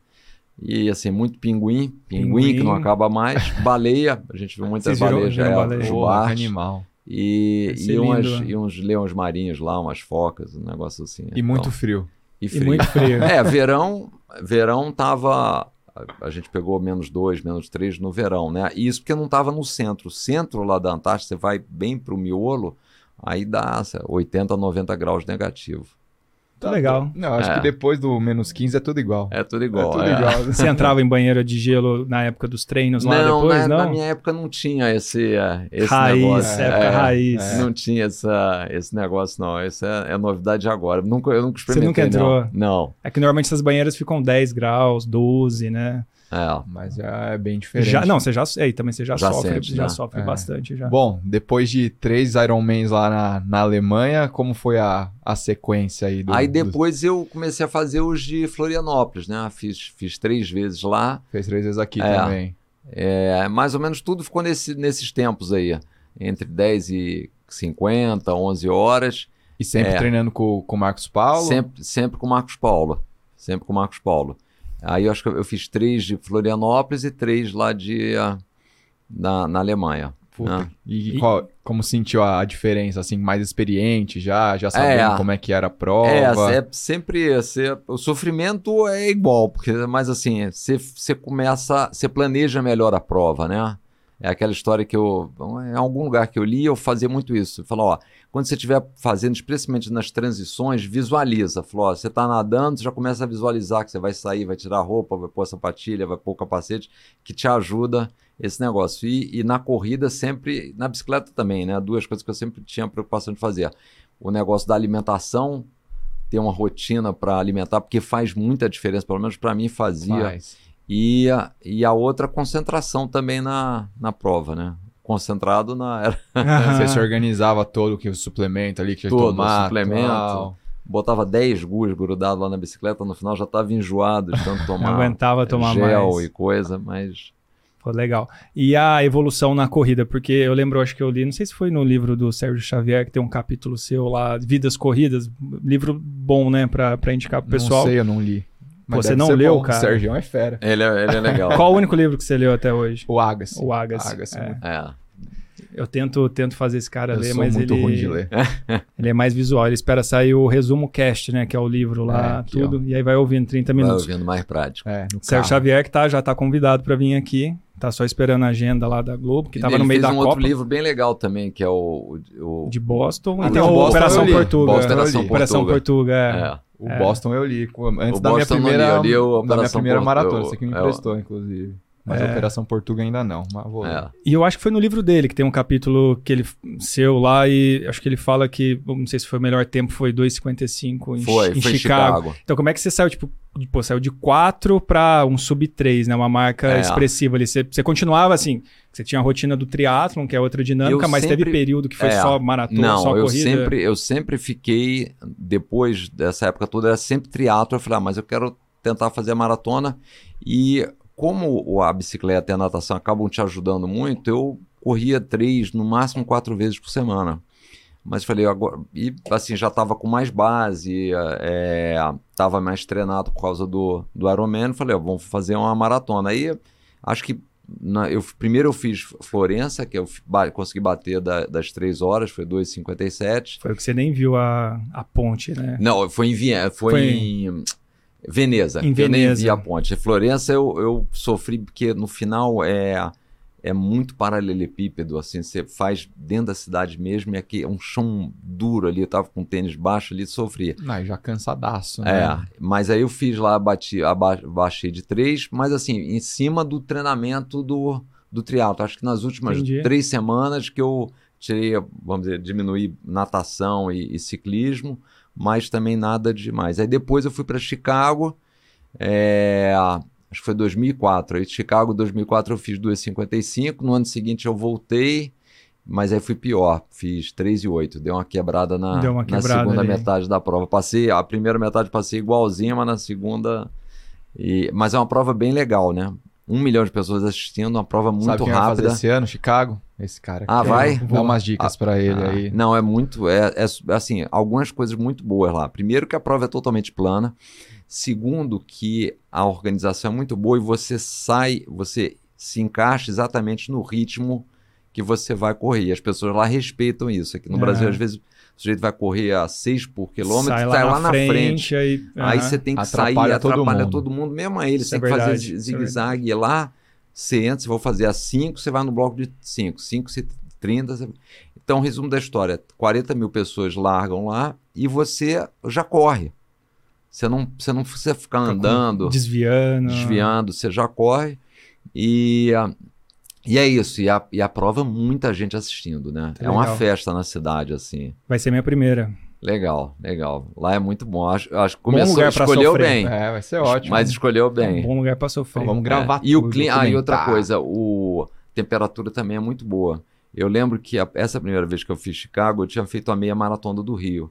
E assim, muito pinguim, pinguim, pinguim. que não acaba mais, baleia, a gente viu muitas baleias, já, baleia. Jubarte, animal. E, e, umas, e uns leões marinhos lá, umas focas, um negócio assim. E então, muito frio. E frio. E muito frio. É, verão, verão tava, a gente pegou menos dois, menos três no verão, né? E isso porque não tava no centro. O centro lá da Antártida, você vai bem pro miolo, aí dá oitenta, noventa graus negativo. Tá legal. Não, acho é. que depois do menos quinze é tudo igual. É tudo igual. É tudo é. igual. Você entrava em banheira de gelo na época dos treinos lá não, depois, na, não? Na minha época não tinha esse, esse raiz, negócio. época é, raiz. É. Não tinha essa, esse negócio, não. Isso é, é novidade agora. Nunca, eu nunca experimentei, Você nunca entrou? Não. não. É que normalmente essas banheiras ficam dez graus, doze, né? É. Mas já é bem diferente. Já, não, você já, é, também você já, já sofre, sente, já né? sofre é. bastante. Já. Bom, depois de três Ironmans lá na, na Alemanha, como foi a, a sequência aí? Do, Aí depois do... eu comecei a fazer os de Florianópolis, né? Fiz, fiz três vezes lá. Fez três vezes aqui é. também. É, mais ou menos tudo ficou nesse, nesses tempos aí. Entre dez e cinquenta, onze horas. E sempre é. treinando com o Marcos Paulo? Sempre, sempre com o Marcos Paulo. Sempre com o Marcos Paulo. Aí eu acho que eu fiz três de Florianópolis e três lá de, uh, na, na Alemanha. Puta, né? E, e qual, como sentiu a, a diferença? Assim, mais experiente já? Já sabendo é, como é que era a prova? É, é sempre... Você, o sofrimento é igual, porque, mas assim, você, você começa... Você planeja melhor a prova, né? É aquela história que eu... Em algum lugar que eu li, eu fazia muito isso. Falou, ó, quando você estiver fazendo, especialmente nas transições, visualiza. Falou, ó, você está nadando, você já começa a visualizar que você vai sair, vai tirar a roupa, vai pôr a sapatilha, vai pôr o capacete, que te ajuda esse negócio. E, e na corrida sempre, na bicicleta também, né? Duas coisas que eu sempre tinha preocupação de fazer. O negócio da alimentação, ter uma rotina para alimentar, porque faz muita diferença, pelo menos para mim fazia. Faz. E a, e a outra concentração também na, na prova, né? Concentrado na... Era... Você se organizava todo que o suplemento ali que tinha que Todo, tomar. suplemento. Tal. Botava dez gus grudados lá na bicicleta, no final já estava enjoado de tanto tomar. Não aguentava tomar gel mais. e coisa, mas... Pô, legal. E a evolução na corrida, porque eu lembro, acho que eu li, não sei se foi no livro do Sérgio Xavier, que tem um capítulo seu lá, Vidas Corridas, livro bom, né, pra, pra indicar pro pessoal. Não sei, eu não li. Pô, você não leu, cara? O Sérgio é fera. Ele é, ele é legal. Qual o único livro que você leu até hoje? O Agassi. O Agassi. Agassi, é. É. Eu tento, tento fazer esse cara Eu ler, sou mas muito ele, ruim de ler. ele é mais visual. Ele espera sair o resumo cast, né, que é o livro lá, É, aqui, tudo, e aí vai ouvindo trinta Vai minutos. ouvindo mais prático. É, no Sérgio carro. Xavier que tá, já tá convidado para vir aqui, tá só esperando a agenda lá da Globo, que E tava ele no meio fez da um Copa. outro livro bem legal também, que é o... o, o... De Boston. Ah, e tem não, o Boston Operação eu li. Portuga. Boston, Operação Operação Portuga. Portuga, é. É. O É. Boston eu li. Antes O da minha Boston eu não li, primeira, eu li o da minha Operação primeira Portu- maratona. eu- Você que me eu- emprestou, inclusive. Mas É. a Operação Portuga ainda não. Mas vou ler. É. E eu acho que foi no livro dele, que tem um capítulo que ele seu lá, e acho que ele fala que, não sei se foi o melhor tempo, foi dois e cinquenta e cinco em, Foi, em foi em Chicago. Chicago. Então como é que você saiu, tipo, de- pô, saiu de quatro para um sub três, né? Uma marca É. expressiva ali. Você, você continuava assim, você tinha a rotina do triatlon, que é outra dinâmica, Eu mas sempre- teve período que foi É. só maratona, Não, só eu corrida. sempre, eu sempre fiquei, depois dessa época toda, era sempre triatlo. Eu falei, ah, mas eu quero tentar fazer a maratona. E como o- a bicicleta e a natação acabam te ajudando muito, eu corria três, no máximo quatro vezes por semana. Mas falei, agora, e assim, já estava com mais base, estava mais treinado por causa do, do Ironman. Falei, ó, vamos fazer uma maratona. Aí, acho que na, eu, primeiro eu fiz Florença, que eu ba- consegui bater da- das três horas, foi dois e cinquenta e sete. Foi o que você nem viu a, a ponte, né? Não, foi em Viena, foi, Foi em Veneza. Em Eu nem Veneza. vi a ponte. Florença eu, eu sofri porque no final é, é muito paralelepípedo, assim, você faz dentro da cidade mesmo, e aqui é um chão duro ali, eu tava com tênis baixo ali, sofria. Não, já cansadaço, né? É, mas aí eu fiz lá, bati, aba- baixei de três, mas assim, em cima do treinamento do, do triatlo. Acho que nas últimas Entendi. três semanas que eu tirei, vamos dizer, diminuí natação e, e ciclismo, mas também nada demais. Aí depois eu fui para Chicago, é, acho que foi dois mil e quatro. Aí Chicago, dois mil e quatro, eu fiz duas e cinquenta e cinco. No ano seguinte eu voltei, mas aí fui pior. Fiz três e oito. Deu uma quebrada na, Deu uma quebrada na segunda ali. metade da prova. Passei, a primeira metade passei igualzinho, mas na segunda... E, mas é uma prova bem legal, né? Um milhão de pessoas assistindo, uma prova muito Sabe quem vai rápida. fazer esse ano, Chicago? Esse cara. Ah, aqui. vai? Dá umas dicas Ah, pra ele ah, aí. Não, é muito... É, é, assim, algumas coisas muito boas lá. Primeiro que a prova é totalmente plana. Segundo que a organização é muito boa e você sai, você se encaixa exatamente no ritmo que você vai correr. E as pessoas lá respeitam isso. Aqui no É. Brasil, às vezes, o sujeito vai correr a seis por quilômetro, Sai sai lá, lá na frente. frente aí, Aí aham. você tem que Atrapalha sair, todo atrapalha mundo. todo mundo, mesmo a eles. Isso é Tem que fazer verdade, isso é zigue-zague lá. Você entra, se for fazer a cinco, você vai no bloco de cinco. cinco, trinta. Você... Então, resumo da história: quarenta mil pessoas largam lá e você já corre. Você não, você não precisa ficar andando, Desviando. desviando, você já corre. E, e é isso. E a, e a prova, muita gente assistindo, né? Que é uma legal. festa na cidade, assim. Vai ser minha primeira. Legal, legal. Lá é muito bom. Acho, acho que Bom começou, lugar pra escolheu sofrer. bem. É, vai ser ótimo. Mas escolheu É bem. um bom lugar pra sofrer. Então vamos gravar É. E o tudo, clima, ah, e outra documentar. coisa, o a temperatura também é muito boa. Eu lembro que a, essa primeira vez que eu fiz Chicago, eu tinha feito a meia maratona do Rio.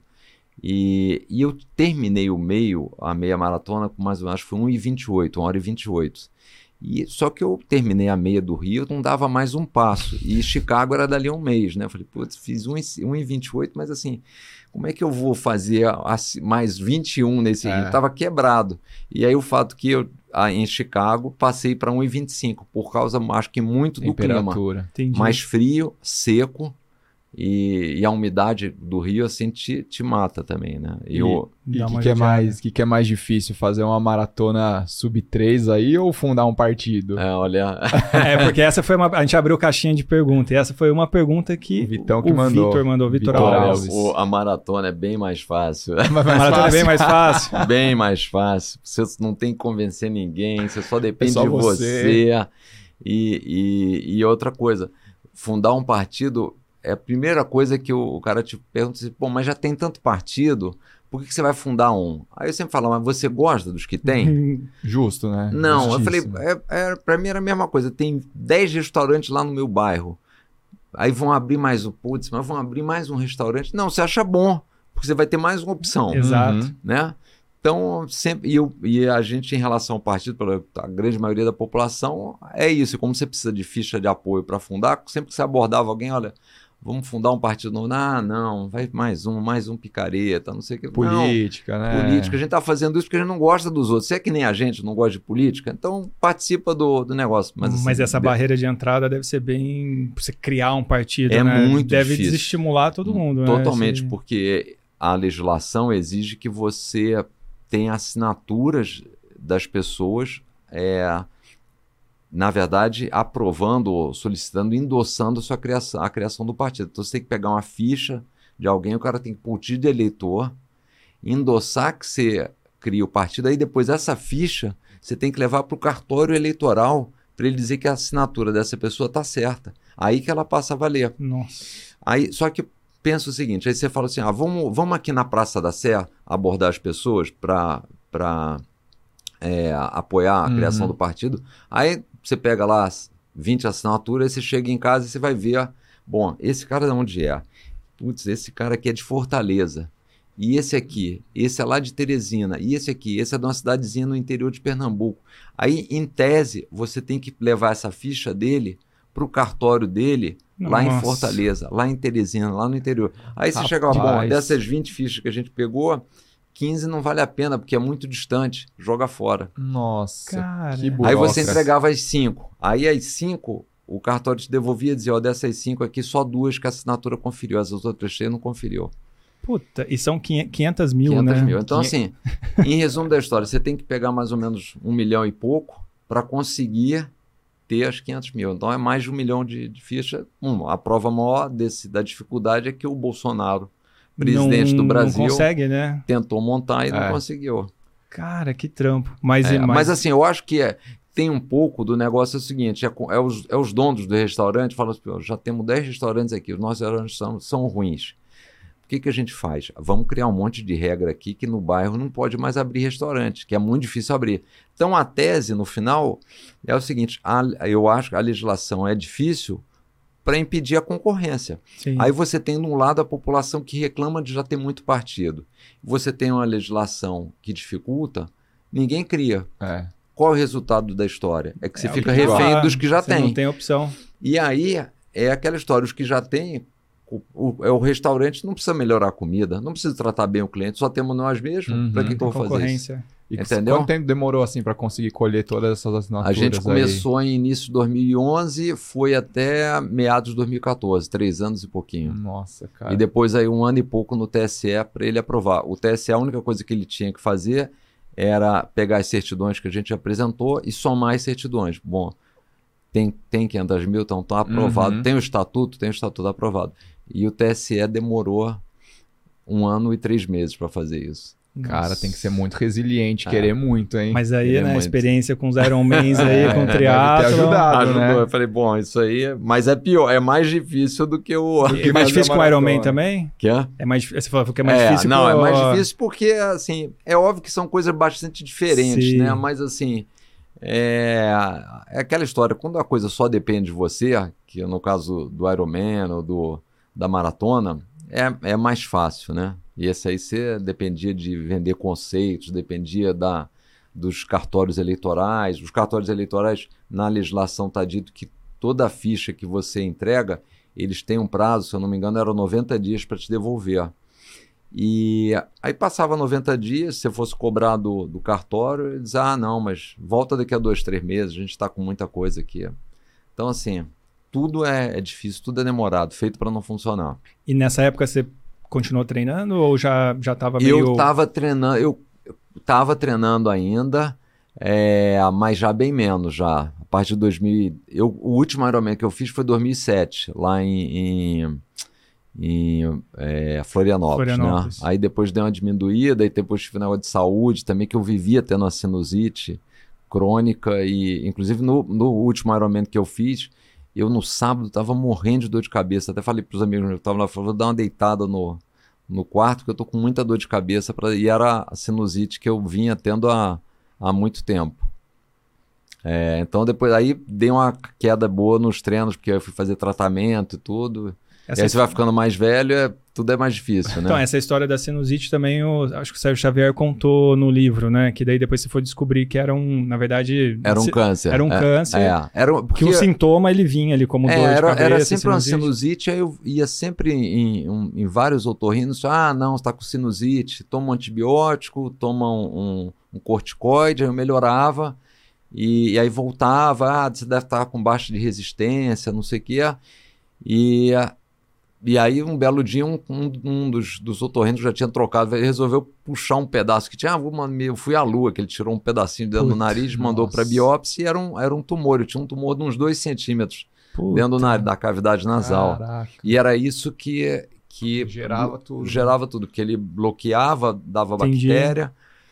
E, e eu terminei o meio, a meia maratona, com mais ou menos, acho que foi uma e vinte e oito, uma hora e vinte e oito. E, só que eu terminei a meia do Rio, não dava mais um passo. E Chicago era dali a um mês, né? Eu falei, putz, fiz um e vinte e oito, mas assim, como é que eu vou fazer a, mais vinte e um nesse É. Rio? Tava quebrado. E aí o fato que eu, ah, em Chicago, passei para um e vinte e cinco, por causa, acho que muito do clima. Temperatura. Entendi. Mais frio, seco, e, e a umidade do Rio, assim, te, te mata também, né? E eu, E Dá o que, uma que é judiada. mais, que, que é mais difícil? Fazer uma maratona sub três aí ou fundar um partido? é, olha... É, porque essa foi uma. A gente abriu caixinha de pergunta. E essa foi uma pergunta que O Vitão que mandou. O Vitor mandou, o Vitor Vitor Alves. Alves. o- a maratona é bem mais fácil. Mas A mais maratona é fácil. bem mais fácil. Bem mais fácil. Você não tem que convencer ninguém, você só depende só de você. você. E, e, e outra coisa, fundar um partido é a primeira coisa que o, o cara te pergunta assim, pô, mas já tem tanto partido, por que, que você vai fundar um? Aí eu sempre falo, mas você gosta dos que tem? Justo, né? Não, eu falei, Justíssimo. é, é, pra mim era a mesma coisa, tem dez restaurantes lá no meu bairro, aí vão abrir mais um, putz, mas vão abrir mais um restaurante? Não, você acha bom, porque você vai ter mais uma opção. Exato. Uhum. Né? Então, sempre, e, eu, e a gente, em relação ao partido, pela a grande maioria da população, é isso. Como você precisa de ficha de apoio para fundar, sempre que você abordava alguém, olha, vamos fundar um partido novo. Ah, não, vai mais um, mais um picareta, não sei o que. Política, não, né? política. A gente está fazendo isso porque a gente não gosta dos outros. Você é que nem a gente não gosta de política, então participa do, do negócio. Mas, Mas, assim, essa de- barreira de entrada deve ser bem. Pra você criar um partido, É né? muito Deve difícil. desestimular todo mundo, né? Totalmente, Esse- porque a legislação exige que você tenha assinaturas das pessoas, é, na verdade, aprovando, ou solicitando, endossando a, sua criação, a criação do partido. Então você tem que pegar uma ficha de alguém, o cara tem que pôr o título de eleitor, endossar que você cria o partido, aí depois essa ficha você tem que levar para o cartório eleitoral para ele dizer que a assinatura dessa pessoa está certa. Aí que ela passa a valer. Nossa. Aí, só que pensa o seguinte, aí você fala assim, ah, vamos, vamos aqui na Praça da Sé abordar as pessoas para é, apoiar a Uhum. criação do partido. Aí você pega lá as vinte assinaturas, você chega em casa e você vai ver, bom, esse cara de onde é? Putz, esse cara aqui é de Fortaleza. E esse aqui, esse é lá de Teresina. E esse aqui, esse é de uma cidadezinha no interior de Pernambuco. Aí, em tese, você tem que levar essa ficha dele para o cartório dele lá em Nossa. Fortaleza, lá em Teresina, lá no interior. Aí você Rapaz. chega, bom, dessas vinte fichas que a gente pegou, quinze não vale a pena, porque é muito distante, joga fora. Nossa, Cara. que Aí burocrata. você entregava as cinco. Aí as cinco, o cartório te devolvia e dizia, ó, dessas cinco aqui, só duas que a assinatura conferiu, as outras três não conferiu. Puta, e são quinhentas mil, quinhentos né? mil. Então, Quinhe- assim, em resumo da história, você tem que pegar mais ou menos um milhão e pouco para conseguir ter as quinhentos mil. Então, é mais de um milhão de, de fichas. Um, a prova maior desse, da dificuldade é que o Bolsonaro, presidente não, do Brasil, Não consegue, né? tentou montar e não É. conseguiu. Cara, que trampo. Mas, É, mas, mas, assim, eu acho que é, tem um pouco do negócio é o seguinte, é, é, os, é os donos do restaurante, falam assim, já temos dez restaurantes aqui, os nossos restaurantes são, são ruins. O que, que a gente faz? Vamos criar um monte de regra aqui que no bairro não pode mais abrir restaurante, que é muito difícil abrir. Então a tese, no final, é o seguinte, a, eu acho que a legislação é difícil para impedir a concorrência. Sim. Aí você tem, de um lado, a população que reclama de já ter muito partido. Você tem uma legislação que dificulta, ninguém cria. É. Qual é o resultado da história? É que você É, fica o que refém falar, dos que já você tem. Não tem opção. E aí é aquela história, os que já têm, o, o, é o restaurante não precisa melhorar a comida, não precisa tratar bem o cliente, só temos nós mesmos. Uhum. Para que, que eu vou fazer isso? Concorrência. E Entendeu? quanto tempo demorou assim para conseguir colher todas essas assinaturas? A gente aí? começou em início de dois mil e onze, foi até meados de dois mil e quatorze, três anos e pouquinho. Nossa, cara. E depois aí um ano e pouco no T S E para ele aprovar. O T S E, a única coisa que ele tinha que fazer era pegar as certidões que a gente apresentou e somar as certidões. Bom, tem, tem quinhentas mil, então está aprovado. Uhum. Tem o estatuto, tem o estatuto aprovado. E o T S E demorou um ano e três meses para fazer isso. Cara, Nossa. tem que ser muito resiliente, É. querer muito, hein? Mas aí, Ele é né, a muito. experiência com os Ironmans aí, É, com o deve ter triatlon. ajudado. Ajudou. né? Eu falei, bom, isso aí... é- Mas é pior, é mais difícil do que o... É mais difícil com o Ironman também? Que é? É mais, você falou que é mais É, difícil não, com é o- mais difícil porque, assim, é óbvio que são coisas bastante diferentes, Sim. né? Mas, assim, é, é aquela história, quando a coisa só depende de você, que no caso do Ironman ou do, da maratona, é, é mais fácil, né? E esse aí você dependia de vender conceitos, dependia da, dos cartórios eleitorais. Os cartórios eleitorais, na legislação está dito que toda a ficha que você entrega, eles têm um prazo, se eu não me engano, eram noventa dias para te devolver. E aí passava noventa dias, se você fosse cobrar do, do cartório, eles diziam, ah, não, mas volta daqui a dois, três meses, a gente está com muita coisa aqui. Então, assim, tudo é, é difícil, tudo é demorado, feito para não funcionar. E nessa época você continuou treinando ou já já estava meio... Eu estava treinando, eu estava treinando ainda, é, mas já bem menos já. A partir de dois mil, eu, o último Ironman que eu fiz foi dois mil e sete, lá em, em, em é, Florianópolis, Florianópolis. né? Aí depois deu uma diminuída e depois tive um negócio de saúde também, que eu vivia tendo uma sinusite crônica e inclusive no, no último Ironman que eu fiz, eu no sábado estava morrendo de dor de cabeça. Até falei para os amigos que estavam lá, falei, vou dar uma deitada no, no quarto, porque eu tô com muita dor de cabeça. Pra, e era a sinusite que eu vinha tendo há, há muito tempo. É, então depois aí dei uma queda boa nos treinos, porque eu fui fazer tratamento e tudo. Essa E aí você vai ficando mais velho, é, tudo é mais difícil, né? Então, essa história da sinusite também, eu acho que o Sérgio Xavier contou no livro, né? Que daí depois você foi descobrir que era um, na verdade... Era um se- câncer. Era um é, câncer. É, era um, Que porque, o sintoma, ele vinha ali como é, dor de era, cabeça, era sempre uma sinusite. sinusite, aí eu ia sempre em, em, em vários otorrinos, ah, não, você está com sinusite, toma um antibiótico, toma um, um, um corticoide, aí eu melhorava, e, e aí voltava, ah, você deve estar com baixa de resistência, não sei o quê, e... E aí, um belo dia, um, um, um dos, dos otorrinos já tinha trocado, ele resolveu puxar um pedaço que tinha. Ah, vou, eu fui à lua, que ele tirou um pedacinho dentro do Puta, nariz, mandou para nossa. biópsia e era um, era um tumor. Eu tinha um tumor de uns dois centímetros Puta. dentro do nariz, da cavidade nasal. Caraca. E era isso que, que Gerava tudo. gerava tudo, porque ele bloqueava, dava Entendi. bactéria.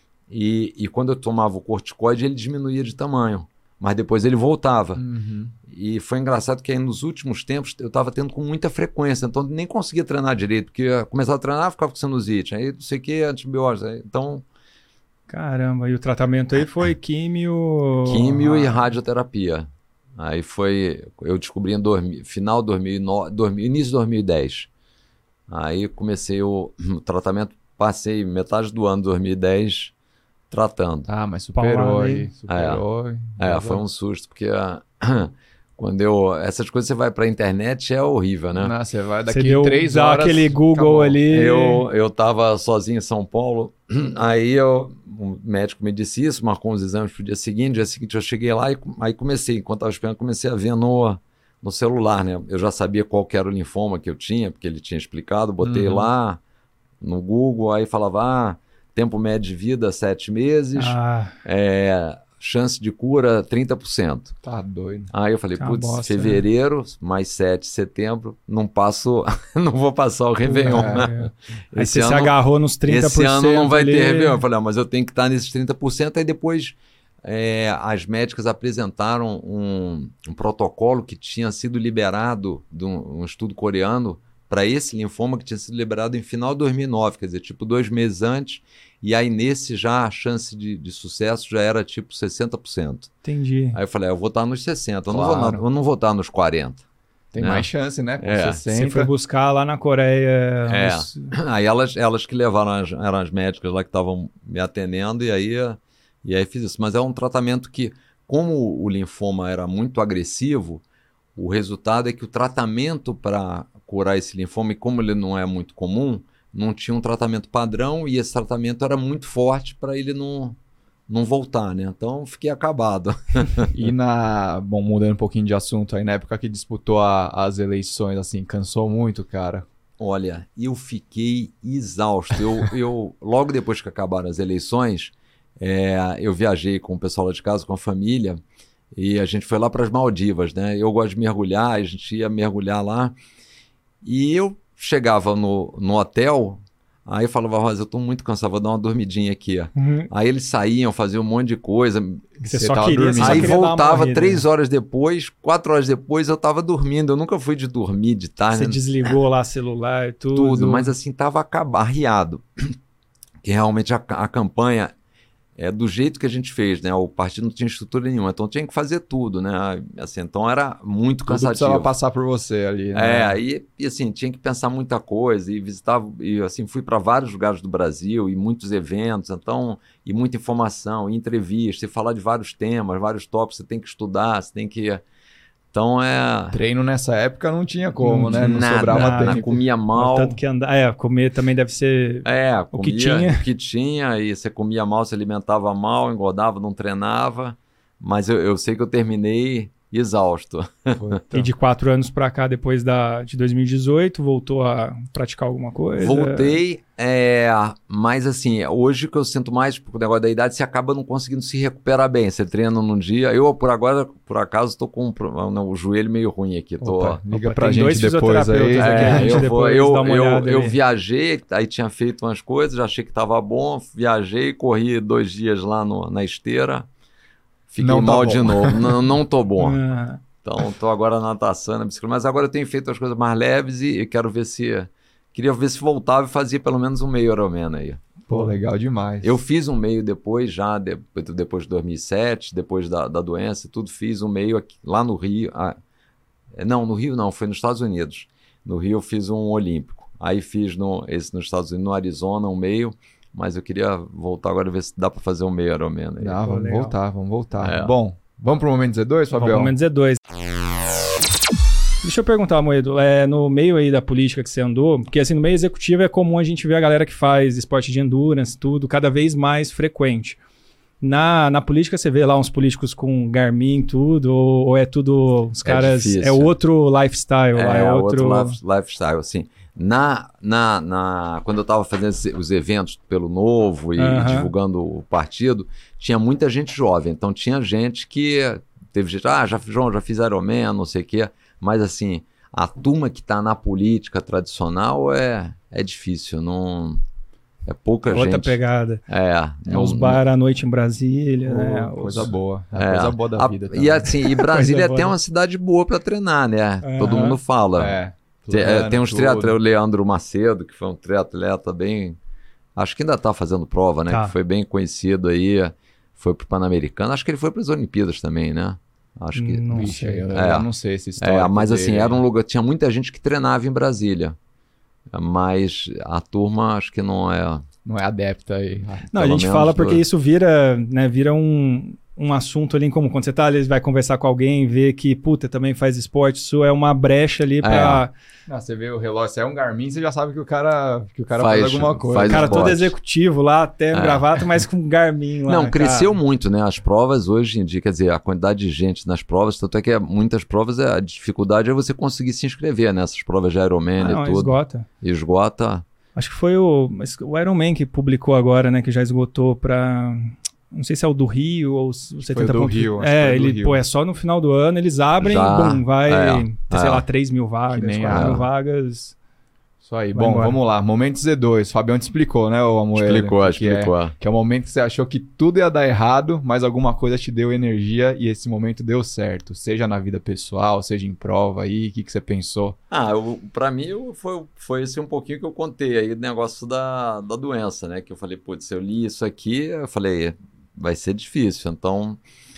E, e quando eu tomava o corticoide, ele diminuía de tamanho. Mas depois ele voltava. Uhum. E foi engraçado que aí nos últimos tempos eu estava tendo com muita frequência, então nem conseguia treinar direito, porque eu começava a treinar, ficava com sinusite, aí não sei o que, antibióticos, aí, então Caramba, e o tratamento aí foi químio... químio Ah, e radioterapia. Aí foi, eu descobri em dois mil, final de dois mil e nove, dois mil, início de dois mil e dez. Aí comecei o, o tratamento, passei metade do ano de dois mil e dez tratando. Ah, mas superou Paulada, aí. hein? Superou. É, foi um susto, porque ah, quando eu, essas coisas você vai pra internet é horrível, né? Não, você vai Você daqui deu, três dá horas. aquele Google acabou. ali... Eu, eu tava sozinho em São Paulo, aí eu, o médico me disse isso, marcou uns exames pro dia seguinte, dia seguinte eu cheguei lá e aí comecei, enquanto estava esperando, comecei a ver no, no celular, né? Eu já sabia qual que era o linfoma que eu tinha, porque ele tinha explicado, botei Uhum. lá no Google, aí falava, ah, tempo médio de vida, sete meses, Ah, é, chance de cura, trinta por cento. Tá doido. Aí eu falei, Que uma putz, bosta, fevereiro, mais sete, setembro, não passo, não vou passar o Réveillon, É. né? aí Esse você se ano- agarrou nos trinta por cento Esse ano não vai ali. ter Réveillon. Eu falei, ah, mas eu tenho que estar nesses trinta por cento, aí depois é, as médicas apresentaram um, um protocolo que tinha sido liberado de um, um estudo coreano para esse linfoma que tinha sido liberado em final de dois mil e nove, quer dizer, tipo dois meses antes, e aí nesse já a chance de, de sucesso já era tipo sessenta por cento. Entendi. Aí eu falei, eu vou estar nos sessenta, eu, Claro. não, vou, na- eu não vou estar nos quarenta. Tem né? mais chance, né? Com É. sessenta. Você foi buscar lá na Coreia. É. os- Aí elas, elas que levaram, as, eram as médicas lá que estavam me atendendo, e aí, e aí fiz isso. Mas é um tratamento que, como o linfoma era muito agressivo, o resultado é que o tratamento para curar esse linfoma, e como ele não é muito comum, não tinha um tratamento padrão, e esse tratamento era muito forte para ele não, não voltar, né? Então fiquei acabado. E na. Bom, mudando um pouquinho de assunto aí, na época que disputou a- as eleições, assim, cansou muito, cara. Olha, eu fiquei exausto. Eu, eu logo depois que acabaram as eleições, é, eu viajei com o pessoal lá de casa, com a família, e a gente foi lá para as Maldivas, né? Eu gosto de mergulhar, a gente ia mergulhar lá, e eu chegava no, no hotel, aí eu falava, Rosa, eu tô muito cansado, vou dar uma dormidinha aqui. Uhum. Aí eles saíam, faziam um monte de coisa, Você Você só tava queria, dormindo. você só aí queria dar uma voltava morrida, três né? horas depois, quatro horas depois eu tava dormindo, eu nunca fui de dormir de tarde, Você né? desligou lá celular e tudo. Tudo, mas assim, tava acaba- arriado. Que realmente a, ca- a campanha é do jeito que a gente fez, né? O partido não tinha estrutura nenhuma, então tinha que fazer tudo, né? Assim, então era muito Tudo precisava cansativo. passar por você ali, né? É, aí, e assim, tinha que pensar muita coisa e visitava, e assim, fui para vários lugares do Brasil e muitos eventos, então, e muita informação, e entrevista, e falar de vários temas, vários tópicos, você tem que estudar, você tem que... Então é... Treino nessa época não tinha como, Não né? Não nada, sobrava nada, tempo. comia mal. Tanto que andar. É, comer também deve ser. É, O que comia, tinha. o que tinha, e você comia mal, se alimentava mal, engordava, não treinava, mas eu, eu sei que eu terminei exausto. Puta. E de quatro anos pra cá, depois da, de dois mil e dezoito, voltou a praticar alguma coisa? Voltei, é, mas assim, hoje o que eu sinto mais, por negócio da idade, você acaba não conseguindo se recuperar bem, você treina num dia, eu por agora, por acaso, tô com um pro- o joelho meio ruim aqui, tô... Opa, liga Opa, pra tem dois gente depois aí. fisioterapeutas aqui, a É, gente eu, vou, depois eu, dá uma eu, olhada eu ali. viajei, aí tinha feito umas coisas, já achei que tava bom, viajei, corri dois dias lá no- na esteira, fiquei Não tá mal bom. de novo, não, não tô bom. Ah, Então, tô agora na natação, na bicicleta, mas agora eu tenho feito as coisas mais leves e, e quero ver se... Queria ver se voltava e fazia pelo menos um meio Ironman aí. Pô, legal demais. Eu fiz um meio depois, já de- depois de dois mil e sete, depois da, da doença e tudo, fiz um meio aqui, lá no Rio. ah, não, no Rio não, foi nos Estados Unidos. No Rio eu fiz um olímpico. Aí fiz no, esse nos Estados Unidos, no Arizona, um meio, mas eu queria voltar agora ver se dá para fazer um meio Ironman aí. Não, Pô, vamos legal. voltar, vamos voltar. É. Bom, vamos pro momento Z dois, vamos Fabião? ao menos é dois. Deixa eu perguntar, Moedo, é, no meio aí da política que você andou, porque assim, no meio executivo é comum a gente ver a galera que faz esporte de endurance, tudo, cada vez mais frequente. Na, na política você vê lá uns políticos com Garmin, tudo, ou, ou é tudo, os É caras, difícil. é outro lifestyle, lá, é, outro... life- lifestyle, assim. Na, na, na, quando eu estava fazendo esse- os eventos pelo Novo e, Aham. e divulgando o partido, tinha muita gente jovem. Então tinha gente que teve gente, ah, já, João, já fiz Ironman, não sei o quê. Mas assim, a turma que está na política tradicional é, é difícil, não... É pouca Outra gente. pegada. É, É não- os bar à noite em Brasília, Pô, né? coisa os- boa. É, É, coisa boa da a- vida E também. assim, e Brasília Coisa é boa, até né? uma cidade boa para treinar, né? Todo Aham. mundo fala. É, Tem, é, plano, tem uns tudo. triatletas, o Leandro Macedo, que foi um triatleta bem... Acho que ainda está fazendo prova, né? Tá. Que foi bem conhecido aí, foi pro Pan-Americano. Acho que ele foi para as Olimpíadas também, né? Acho que... Não Vixe, sei. eu, eu É. não sei essa história. É, mas assim, era um lugar... Tinha muita gente que treinava em Brasília. Mas a turma, acho que não é... Não é adepta aí. Não, a Pelo gente menos fala porque do- isso vira, né, vira um, um assunto ali em comum. Quando você tá ali, vai conversar com alguém, vê que, puta, também faz esporte, isso é uma brecha ali pra... Ah, você vê o relógio, se é um Garmin, você já sabe que o cara, que o cara faz, Faz- alguma coisa. faz O cara todo esporte. executivo lá, até É. gravata, mas com Garmin lá. Não, cresceu cara. muito, né? As provas hoje em dia, quer dizer, a quantidade de gente nas provas, tanto é que muitas provas, a dificuldade é você conseguir se inscrever nessas provas de Ironman Ah, e não, tudo. esgota. Esgota. Acho que foi o, mas o Iron Man que publicou agora, né, que já esgotou pra... Não sei se é o do Rio ou o setenta do pontos. Rio, acho que É, foi do ele, Rio. pô, é só no final do ano, eles abrem Já, e, bum, vai, é, ter, sei é. lá, três mil vagas, nem quatro a- mil vagas. Isso aí. Vai Bom, embora. vamos lá. Momento Z dois. Fabião te explicou, né, ô Amoedo? Explicou, Que explicou. É, que é o momento que você achou que tudo ia dar errado, mas alguma coisa te deu energia e esse momento deu certo. Seja na vida pessoal, seja em prova aí. O que, que você pensou? Ah, eu, pra mim eu- foi, foi esse um pouquinho que eu contei aí, o negócio da, da doença, né? Que eu falei, putz, se eu li isso aqui, eu falei, vai ser difícil. Então,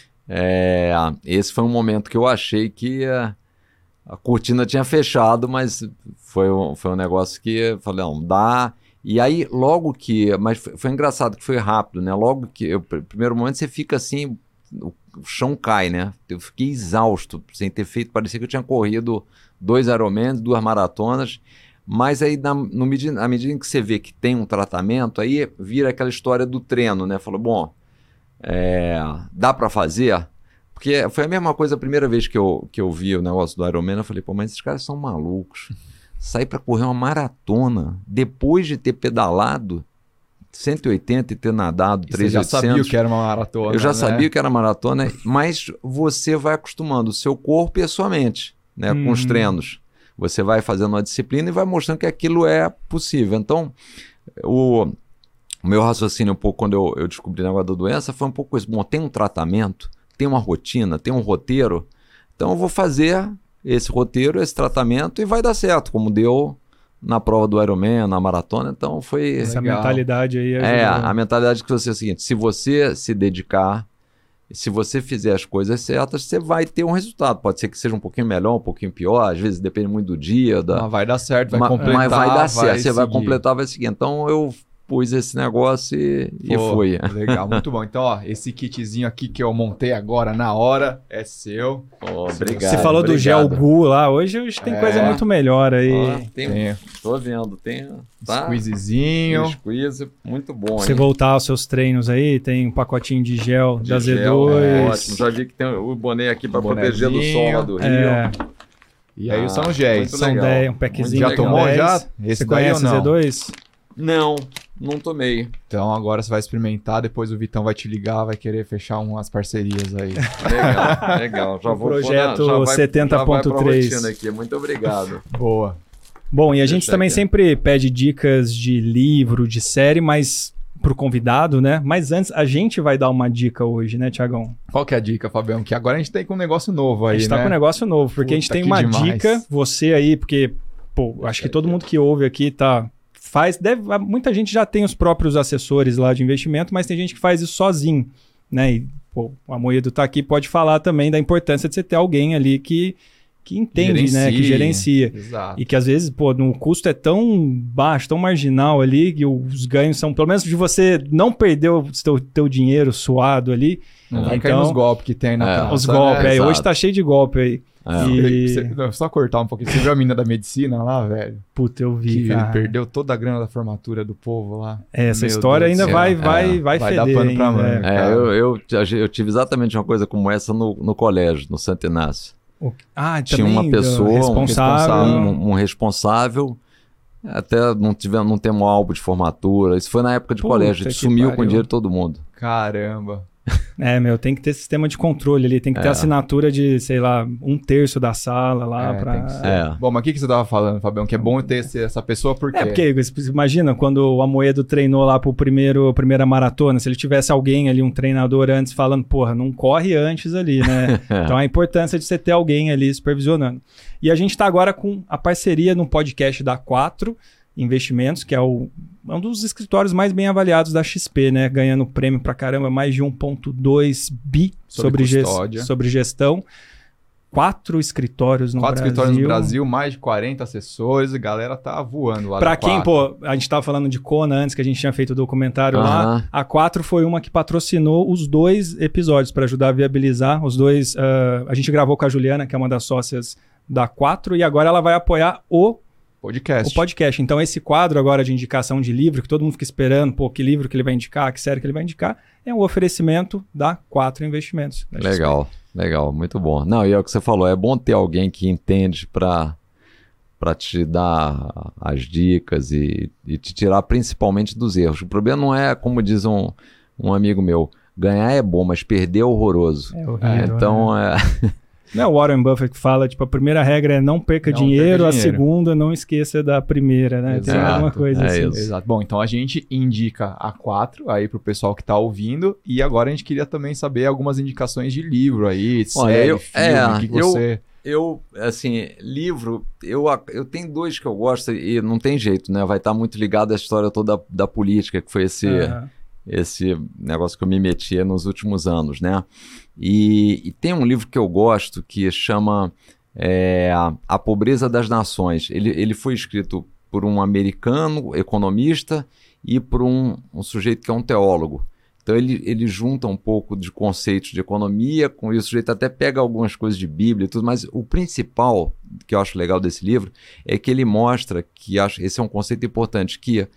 é, esse foi um momento que eu achei que a, a cortina tinha fechado, mas foi, um- foi um negócio que eu falei, não, dá. E aí, logo que. Mas foi, foi engraçado que foi rápido, né? Logo que. Eu, pr- primeiro momento você fica assim, o, o chão cai, né? Eu fiquei exausto, sem ter feito. Parecia que eu tinha corrido dois Ironmans, duas maratonas. Mas aí, na, no medida, na medida em que você vê que tem um tratamento, aí vira aquela história do treino, né? Falou, bom, é, dá pra fazer? Porque foi a mesma coisa a primeira vez que eu, que eu vi o negócio do Ironman, eu falei, pô, mas esses caras são malucos. Sair pra correr uma maratona, depois de ter pedalado cento e oitenta e ter nadado E você já três mil e oitocentos. sabia o que era uma maratona, Eu já né? sabia que era maratona, mas você vai acostumando o seu corpo e a sua mente, né, com os Uhum. treinos. Você vai fazendo uma disciplina e vai mostrando que aquilo é possível. Então, o, o meu raciocínio um pouco quando eu, eu descobri o negócio da doença foi um pouco isso. Bom, tem um tratamento, tem uma rotina, tem um roteiro, então eu vou fazer esse roteiro, esse tratamento e vai dar certo, como deu na prova do Ironman, na maratona. Então foi... Essa Legal. mentalidade aí É, ajudou. a mentalidade que você é o seguinte, se você se dedicar, se você fizer as coisas certas, você vai ter um resultado. Pode ser que seja um pouquinho melhor, um pouquinho pior, às vezes depende muito do dia, da... Mas vai dar certo, vai Ma- completar. mas vai dar certo, você vai seguir. completar, vai seguir. Então eu pus esse negócio e, e Pô, fui. Legal, muito bom. Então, ó, esse kitzinho aqui que eu montei agora na hora é seu. Pô, Você obrigado. Você falou do obrigado. gel Gu lá, hoje, hoje tem É. coisa muito melhor aí. Ó, tem, Tem tô vendo, tem... Tá? squeezezinho. Squeeze, muito bom, Você hein? voltar aos seus treinos aí, tem um pacotinho de gel De da Z gel, dois. é ótimo. Já vi que tem o boné aqui para proteger do sol lá do Rio. É, E aí Ah, são os géis. muito são legal. dez, um packzinho. Já Muito com tomou dez. já? Você Esse daí ou conhece o não? Z dois? Não, não tomei. Então agora você vai experimentar, depois o Vitão vai te ligar, vai querer fechar umas parcerias aí. Legal, legal. Já O vou pôr na- projeto já vai- setenta ponto já vai pra três. rotina aqui. Muito obrigado. Boa. Bom, e a gente Deixa também aqui. sempre pede dicas de livro, de série, mas pro convidado, né? Mas antes, a gente vai dar uma dica hoje, né, Tiagão? Qual que é a dica, Fabião? Que agora a gente tem com um negócio novo aí, A gente né? tá com um negócio novo, porque a gente Puta, tem que uma demais. dica, você aí, porque, pô, acho que todo mundo que ouve aqui tá. Faz, deve, muita gente já tem os próprios assessores lá de investimento, mas tem gente que faz isso sozinho, né? E, pô, o Amoedo tá aqui, pode falar também da importância de você ter alguém ali que, que entende, né? Que gerencia. Exato. E que às vezes, pô, no custo é tão baixo, tão marginal ali, que os ganhos são, pelo menos de você não perder o teu, teu dinheiro suado ali. Não vai Então, cair nos golpes que tem na É, praça, Os né? golpes, aí. Exato. Hoje tá cheio de golpe aí. É. E- Você- não, só cortar um pouquinho. Você viu a menina da medicina lá, velho? Puta, eu vi, Que cara. perdeu toda a grana da formatura do povo lá. É, essa Meu história Deus do ainda céu. vai, É, vai, vai, vai dar feder pano pra ainda, manga. é. É, Cara. eu, eu, eu tive exatamente uma coisa como essa no, no colégio, no Santo Inácio. O- Ah, Tinha também uma do pessoa, um responsável. Um, um responsável, até não, tive, não temos um álbum de formatura. Isso foi na época de Puta colégio, que sumiu com o pariu. dinheiro de todo mundo. Caramba. É, meu, tem que ter sistema de controle ali, tem que ter É. assinatura de, sei lá, um terço da sala lá É, pra... tem que ser. É. Bom, mas o que, que você tava falando, Fabião? Que é bom ter esse- essa pessoa porque... É, porque imagina quando o Amoedo treinou lá pro primeiro, primeira maratona, se ele tivesse alguém ali, um treinador antes, falando, porra, não corre antes ali, né? Então a importância de você ter alguém ali supervisionando. E a gente tá agora com a parceria no podcast da quatro Investimentos, que é o, é um dos escritórios mais bem avaliados da X P, né? Ganhando prêmio pra caramba, mais de um vírgula dois bi Sobre sobre, ges- custódia. sobre gestão. Quatro escritórios no Quatro Brasil. escritórios no Brasil, mais de quarenta assessores, a galera tá voando lá. Pra da quem, quatro. pô, a gente tava falando de Kona antes, que a gente tinha feito o documentário lá. Aham. A quatro foi uma que patrocinou os dois episódios para ajudar a viabilizar os dois. ah, a gente gravou com a Juliana, que é uma das sócias da quatro, e agora ela vai apoiar o, Podcast. o podcast. Então, esse quadro agora de indicação de livro, que todo mundo fica esperando, pô, que livro que ele vai indicar, que série que ele vai indicar, é um oferecimento da quatro Investimentos. da X P. Legal, legal, muito bom. Não, e é o que você falou, é bom ter alguém que entende para para te dar as dicas e, e te tirar principalmente dos erros. O problema não é, como diz um, um amigo meu, ganhar é bom, mas perder é horroroso. É horrível, É, então, né? é, Não, o Warren Buffett que fala, tipo, a primeira regra é não perca Não dinheiro, perca a dinheiro. segunda não esqueça da primeira, né? Tem Exato, alguma coisa é assim. isso. Exato. Bom, então a gente indica a quatro aí pro pessoal que tá ouvindo. E agora a gente queria também saber algumas indicações de livro aí, Olha, série, eu- filme, é, que eu- você... Eu, assim, livro, eu, eu tenho dois que eu gosto e não tem jeito, né? Vai estar muito ligado à história toda da, da política, que foi esse, Aham. esse negócio que eu me meti nos últimos anos, né? E, e tem um livro que eu gosto que chama é, A Pobreza das Nações. Ele, ele foi escrito por um americano, economista, e por um, um sujeito que é um teólogo. Então ele, ele junta um pouco de conceitos de economia, com isso o sujeito até pega algumas coisas de Bíblia e tudo, mas o principal que eu acho legal desse livro é que ele mostra que, acho, esse é um conceito importante, que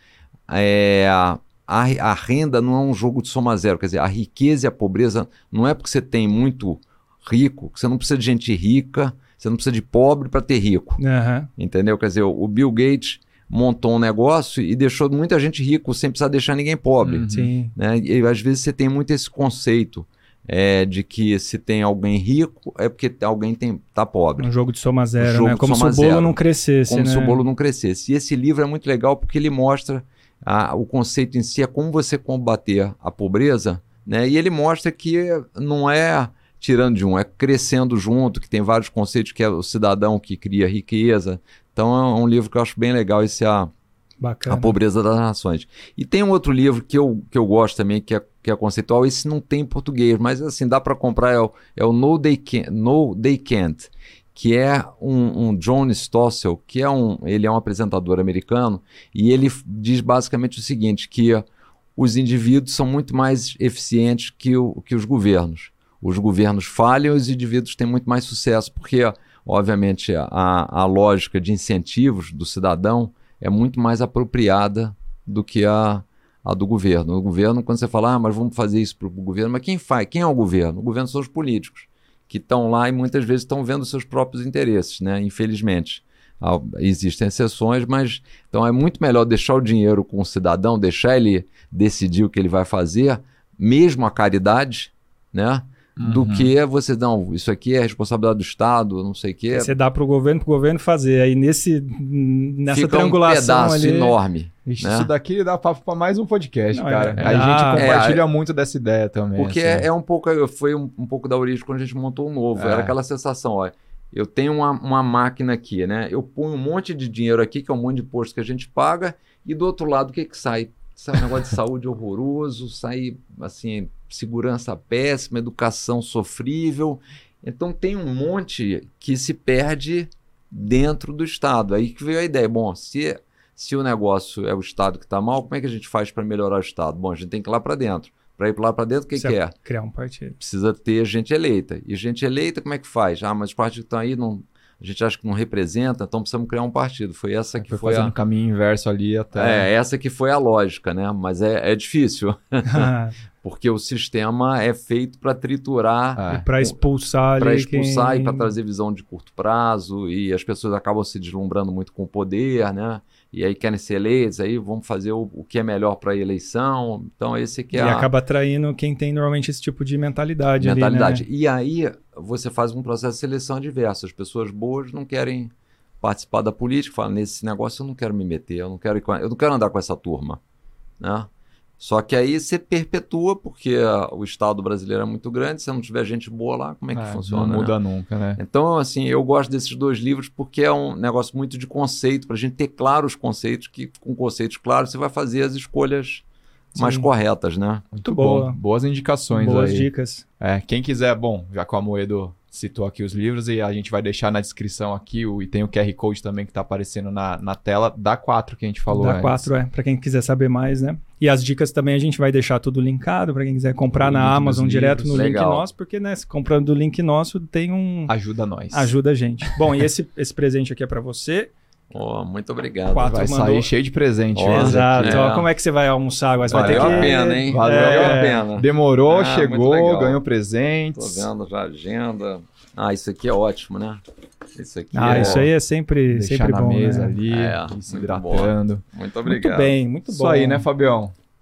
é, a, a renda não é um jogo de soma zero, quer dizer, a riqueza e a pobreza não é porque você tem muito rico, que você não precisa de gente rica, você não precisa de pobre para ter rico, Aham. entendeu? Quer dizer, o Bill Gates montou um negócio e deixou muita gente rico sem precisar deixar ninguém pobre. Uhum. Sim. Né? E às vezes você tem muito esse conceito é, de que se tem alguém rico é porque alguém tem, tá pobre. Um jogo de soma zero, jogo né? de Como soma se o bolo zero. não crescesse, Como né? se o bolo não crescesse. E esse livro é muito legal porque ele mostra a, o conceito em si, é como você combater a pobreza, né? E ele mostra que não é tirando de um, é crescendo junto, que tem vários conceitos, que é o cidadão que cria riqueza. Então é um livro que eu acho bem legal, esse a Bacana. A Pobreza das Nações. E tem um outro livro que eu, que eu gosto também, que é, que é conceitual. Esse não tem em português, mas assim, dá para comprar. É o, é o no, They Can, no They Can't, que é um, um John Stossel, que é um, ele é um apresentador americano, e ele diz basicamente o seguinte, que os indivíduos são muito mais eficientes que, o, que os governos. Os governos falham e os indivíduos têm muito mais sucesso, porque, obviamente, a, a lógica de incentivos do cidadão é muito mais apropriada do que a, a do governo. O governo, quando você fala, ah, mas vamos fazer isso para o governo, mas quem faz? Quem é o governo? O governo são os políticos, que estão lá e muitas vezes estão vendo seus próprios interesses, né? Infelizmente. Ah, existem exceções, mas então é muito melhor deixar o dinheiro com o cidadão, deixar ele decidir o que ele vai fazer, mesmo a caridade, né? Do Uhum. que você, não, isso aqui é responsabilidade do Estado, não sei o quê. Você dá pro governo, pro governo fazer. Aí nesse, nessa Fica um triangulação pedaço ali... enorme. Ixi, né? Isso daqui dá papo para mais um podcast, Não, cara. é- a é- gente ah, compartilha muito dessa ideia também. Porque assim. é, é um pouco, foi um, um pouco da origem quando a gente montou o novo. É. Era aquela sensação, ó, eu tenho uma, uma máquina aqui, né? Eu ponho um monte de dinheiro aqui, que é um monte de imposto que a gente paga, e do outro lado, o que que sai? Sai um negócio de saúde horroroso, sai, assim, segurança péssima, educação sofrível. Então tem um monte que se perde dentro do Estado. Aí que veio a ideia, bom, se, se o negócio é o Estado que está mal, como é que a gente faz para melhorar o Estado? Bom, a gente tem que ir lá para dentro. Para ir lá para dentro, o que, Você que é? Criar um partido. Precisa ter gente eleita. E gente eleita, como é que faz? Ah, mas os partidos que estão aí, não, a gente acha que não representa, então precisamos criar um partido. Foi essa que foi foi, fazendo a... um caminho inverso ali até. É, essa que foi a lógica, né? Mas é, é difícil, porque o sistema é feito para triturar, É. Para expulsar para ali expulsar quem... e para trazer visão de curto prazo, e as pessoas acabam se deslumbrando muito com o poder, né? E aí querem ser eleitos, aí vamos fazer o, o que é melhor para a eleição. Então esse que E é a acaba atraindo quem tem normalmente esse tipo de mentalidade, mentalidade. ali, né? E aí você faz um processo de seleção adverso. As pessoas boas não querem participar da política, falam, nesse negócio eu não quero me meter, eu não quero, ir com a- eu não quero andar com essa turma, né? Só que aí você perpetua, porque ah, o Estado brasileiro é muito grande, se não tiver gente boa lá, como é que É, funciona? Não muda né? nunca, né? Então, assim, eu gosto desses dois livros porque é um negócio muito de conceito, para a gente ter claro os conceitos, que com conceitos claros você vai fazer as escolhas mais Sim. corretas, né? Muito boa. bom. Boas indicações Boas aí. dicas. É, quem quiser, bom, já que o Amoedo citou aqui os livros e a gente vai deixar na descrição aqui, o, e tem o Q R Code também que tá aparecendo na, na tela, da quatro que a gente falou Da antes. quatro, é. Para quem quiser saber mais, né? E as dicas também a gente vai deixar tudo linkado para quem quiser comprar O na link dos Amazon direto no livros. link Legal. nosso, porque, né, se comprando do link nosso tem um... Ajuda nós. Ajuda a gente. Bom, e esse, esse presente aqui é para você. Oh, muito obrigado. Quatro. Vai mandou- sair cheio de presente. Ó, hoje Exato. aqui. é. Ó, como é que você vai almoçar agora? Você vai Valeu ter que... a pena, hein? Valeu a É. pena. Demorou, Ah, chegou, muito legal. ganhou Tô presentes. vendo já a agenda. Ah, isso aqui é ótimo, né? Isso aqui Ah, é... isso aí é sempre, Deixar sempre na bom, mesa né? ali, É, e se muito hidratando. Muito obrigado. Muito bem, muito bom. Isso aí, né, Fabião?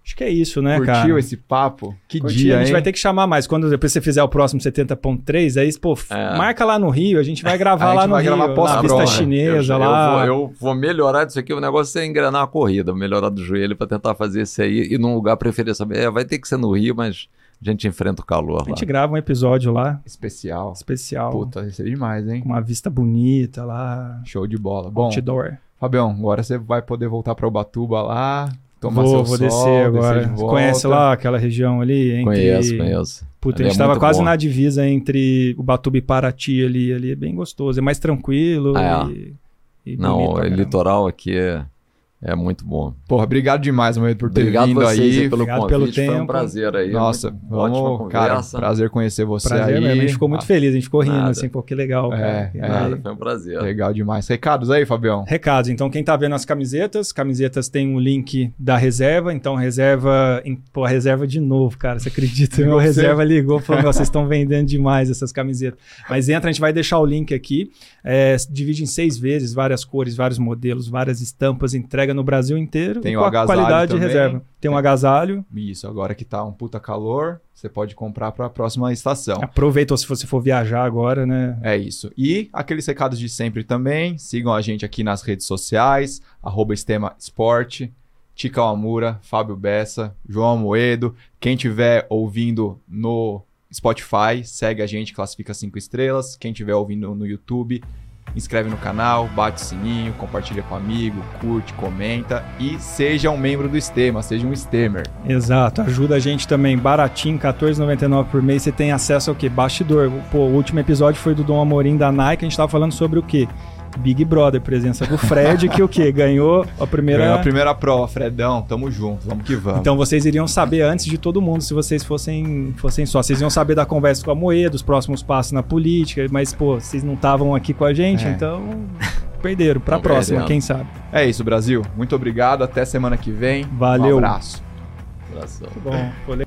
Acho que é isso, né, Curtiu cara? Curtiu esse papo? Que Curti, dia, A gente hein? vai ter que chamar mais. Quando depois você fizer o próximo setenta ponto três, aí, pô, É. marca lá no Rio. A gente vai gravar A lá gente no vai Rio, gravar na pós-prova. pista chinesa eu, lá. Eu vou, eu vou melhorar disso aqui. O negócio é engrenar a corrida, melhorar do joelho para tentar fazer isso aí. E num lugar preferir saber. É, vai ter que ser no Rio, mas a gente enfrenta o calor A gente lá. grava um episódio lá, Especial. especial. Puta, isso é demais, hein? Com uma vista bonita lá. Show de bola. Bom, Outdoor. Fabião, agora você vai poder voltar para Ubatuba lá, tomar Vou, seu vou sol, descer agora. de Você volta. conhece lá aquela região ali? Entre... Conheço, conheço. Puta, Ali a gente é tava muito quase bom. na divisa entre Ubatuba e Paraty ali. Ali é bem gostoso. É mais tranquilo Ah, é. e, e Não, bonito pra o caramba. litoral aqui é, é muito bom. Porra, obrigado demais, meu, por ter Obrigado vindo vocês aí. aí pelo Obrigado convite. pelo Foi um tempo. prazer aí. Nossa, muito, vamos, ótima cara, conversa. prazer conhecer você Prazer aí. mesmo. A gente ficou muito Ah, feliz. A gente ficou rindo Nada. assim, pô, que legal, É, cara. é. Nada, foi um prazer. Legal demais. Recados aí, Fabião? Recados. Então, quem tá vendo as camisetas, camisetas tem um link da reserva. Então, reserva. Em... Pô, a reserva de novo, cara. Você acredita? Meu Você? reserva ligou e falou: Meu, vocês estão vendendo demais essas camisetas. Mas entra, a gente vai deixar o link aqui. É, divide em seis vezes, várias cores, vários modelos, várias estampas, entrega no Brasil inteiro. Tem e o com a agasalho qualidade de também. reserva. Tem um agasalho. Isso, agora que tá um puta calor, você pode comprar para a próxima estação. Aproveita se você for viajar agora, né? É isso. E aqueles recados de sempre também. Sigam a gente aqui nas redes sociais, arroba Estema Esporte, Tica Amura, Fábio Bessa, João Moedo. Quem estiver ouvindo no Spotify, segue a gente, classifica cinco estrelas. Quem estiver ouvindo no YouTube, inscreve no canal, bate o sininho, compartilha com amigo, curte, comenta e seja um membro do Estema, seja um Stemer. Exato, ajuda a gente também, baratinho, quatorze reais e noventa e nove centavos por mês, você tem acesso ao quê? Bastidor. Pô, o último episódio foi do Dom Amorim da Nike, a gente tava falando sobre o quê? Big Brother, presença do Fred, que o quê? Ganhou a primeira... Ganhou a primeira prova, Fredão, tamo junto, vamos que vamos. Então vocês iriam saber antes de todo mundo se vocês fossem, fossem só. Vocês iam saber da conversa com a Moeda, dos próximos passos na política, mas, pô, vocês não estavam aqui com a gente, É. então perderam. Pra Não próxima, perdemos. quem sabe. É isso, Brasil. Muito obrigado, até semana que vem. Valeu. Um abraço. Abração. Bom, foi legal.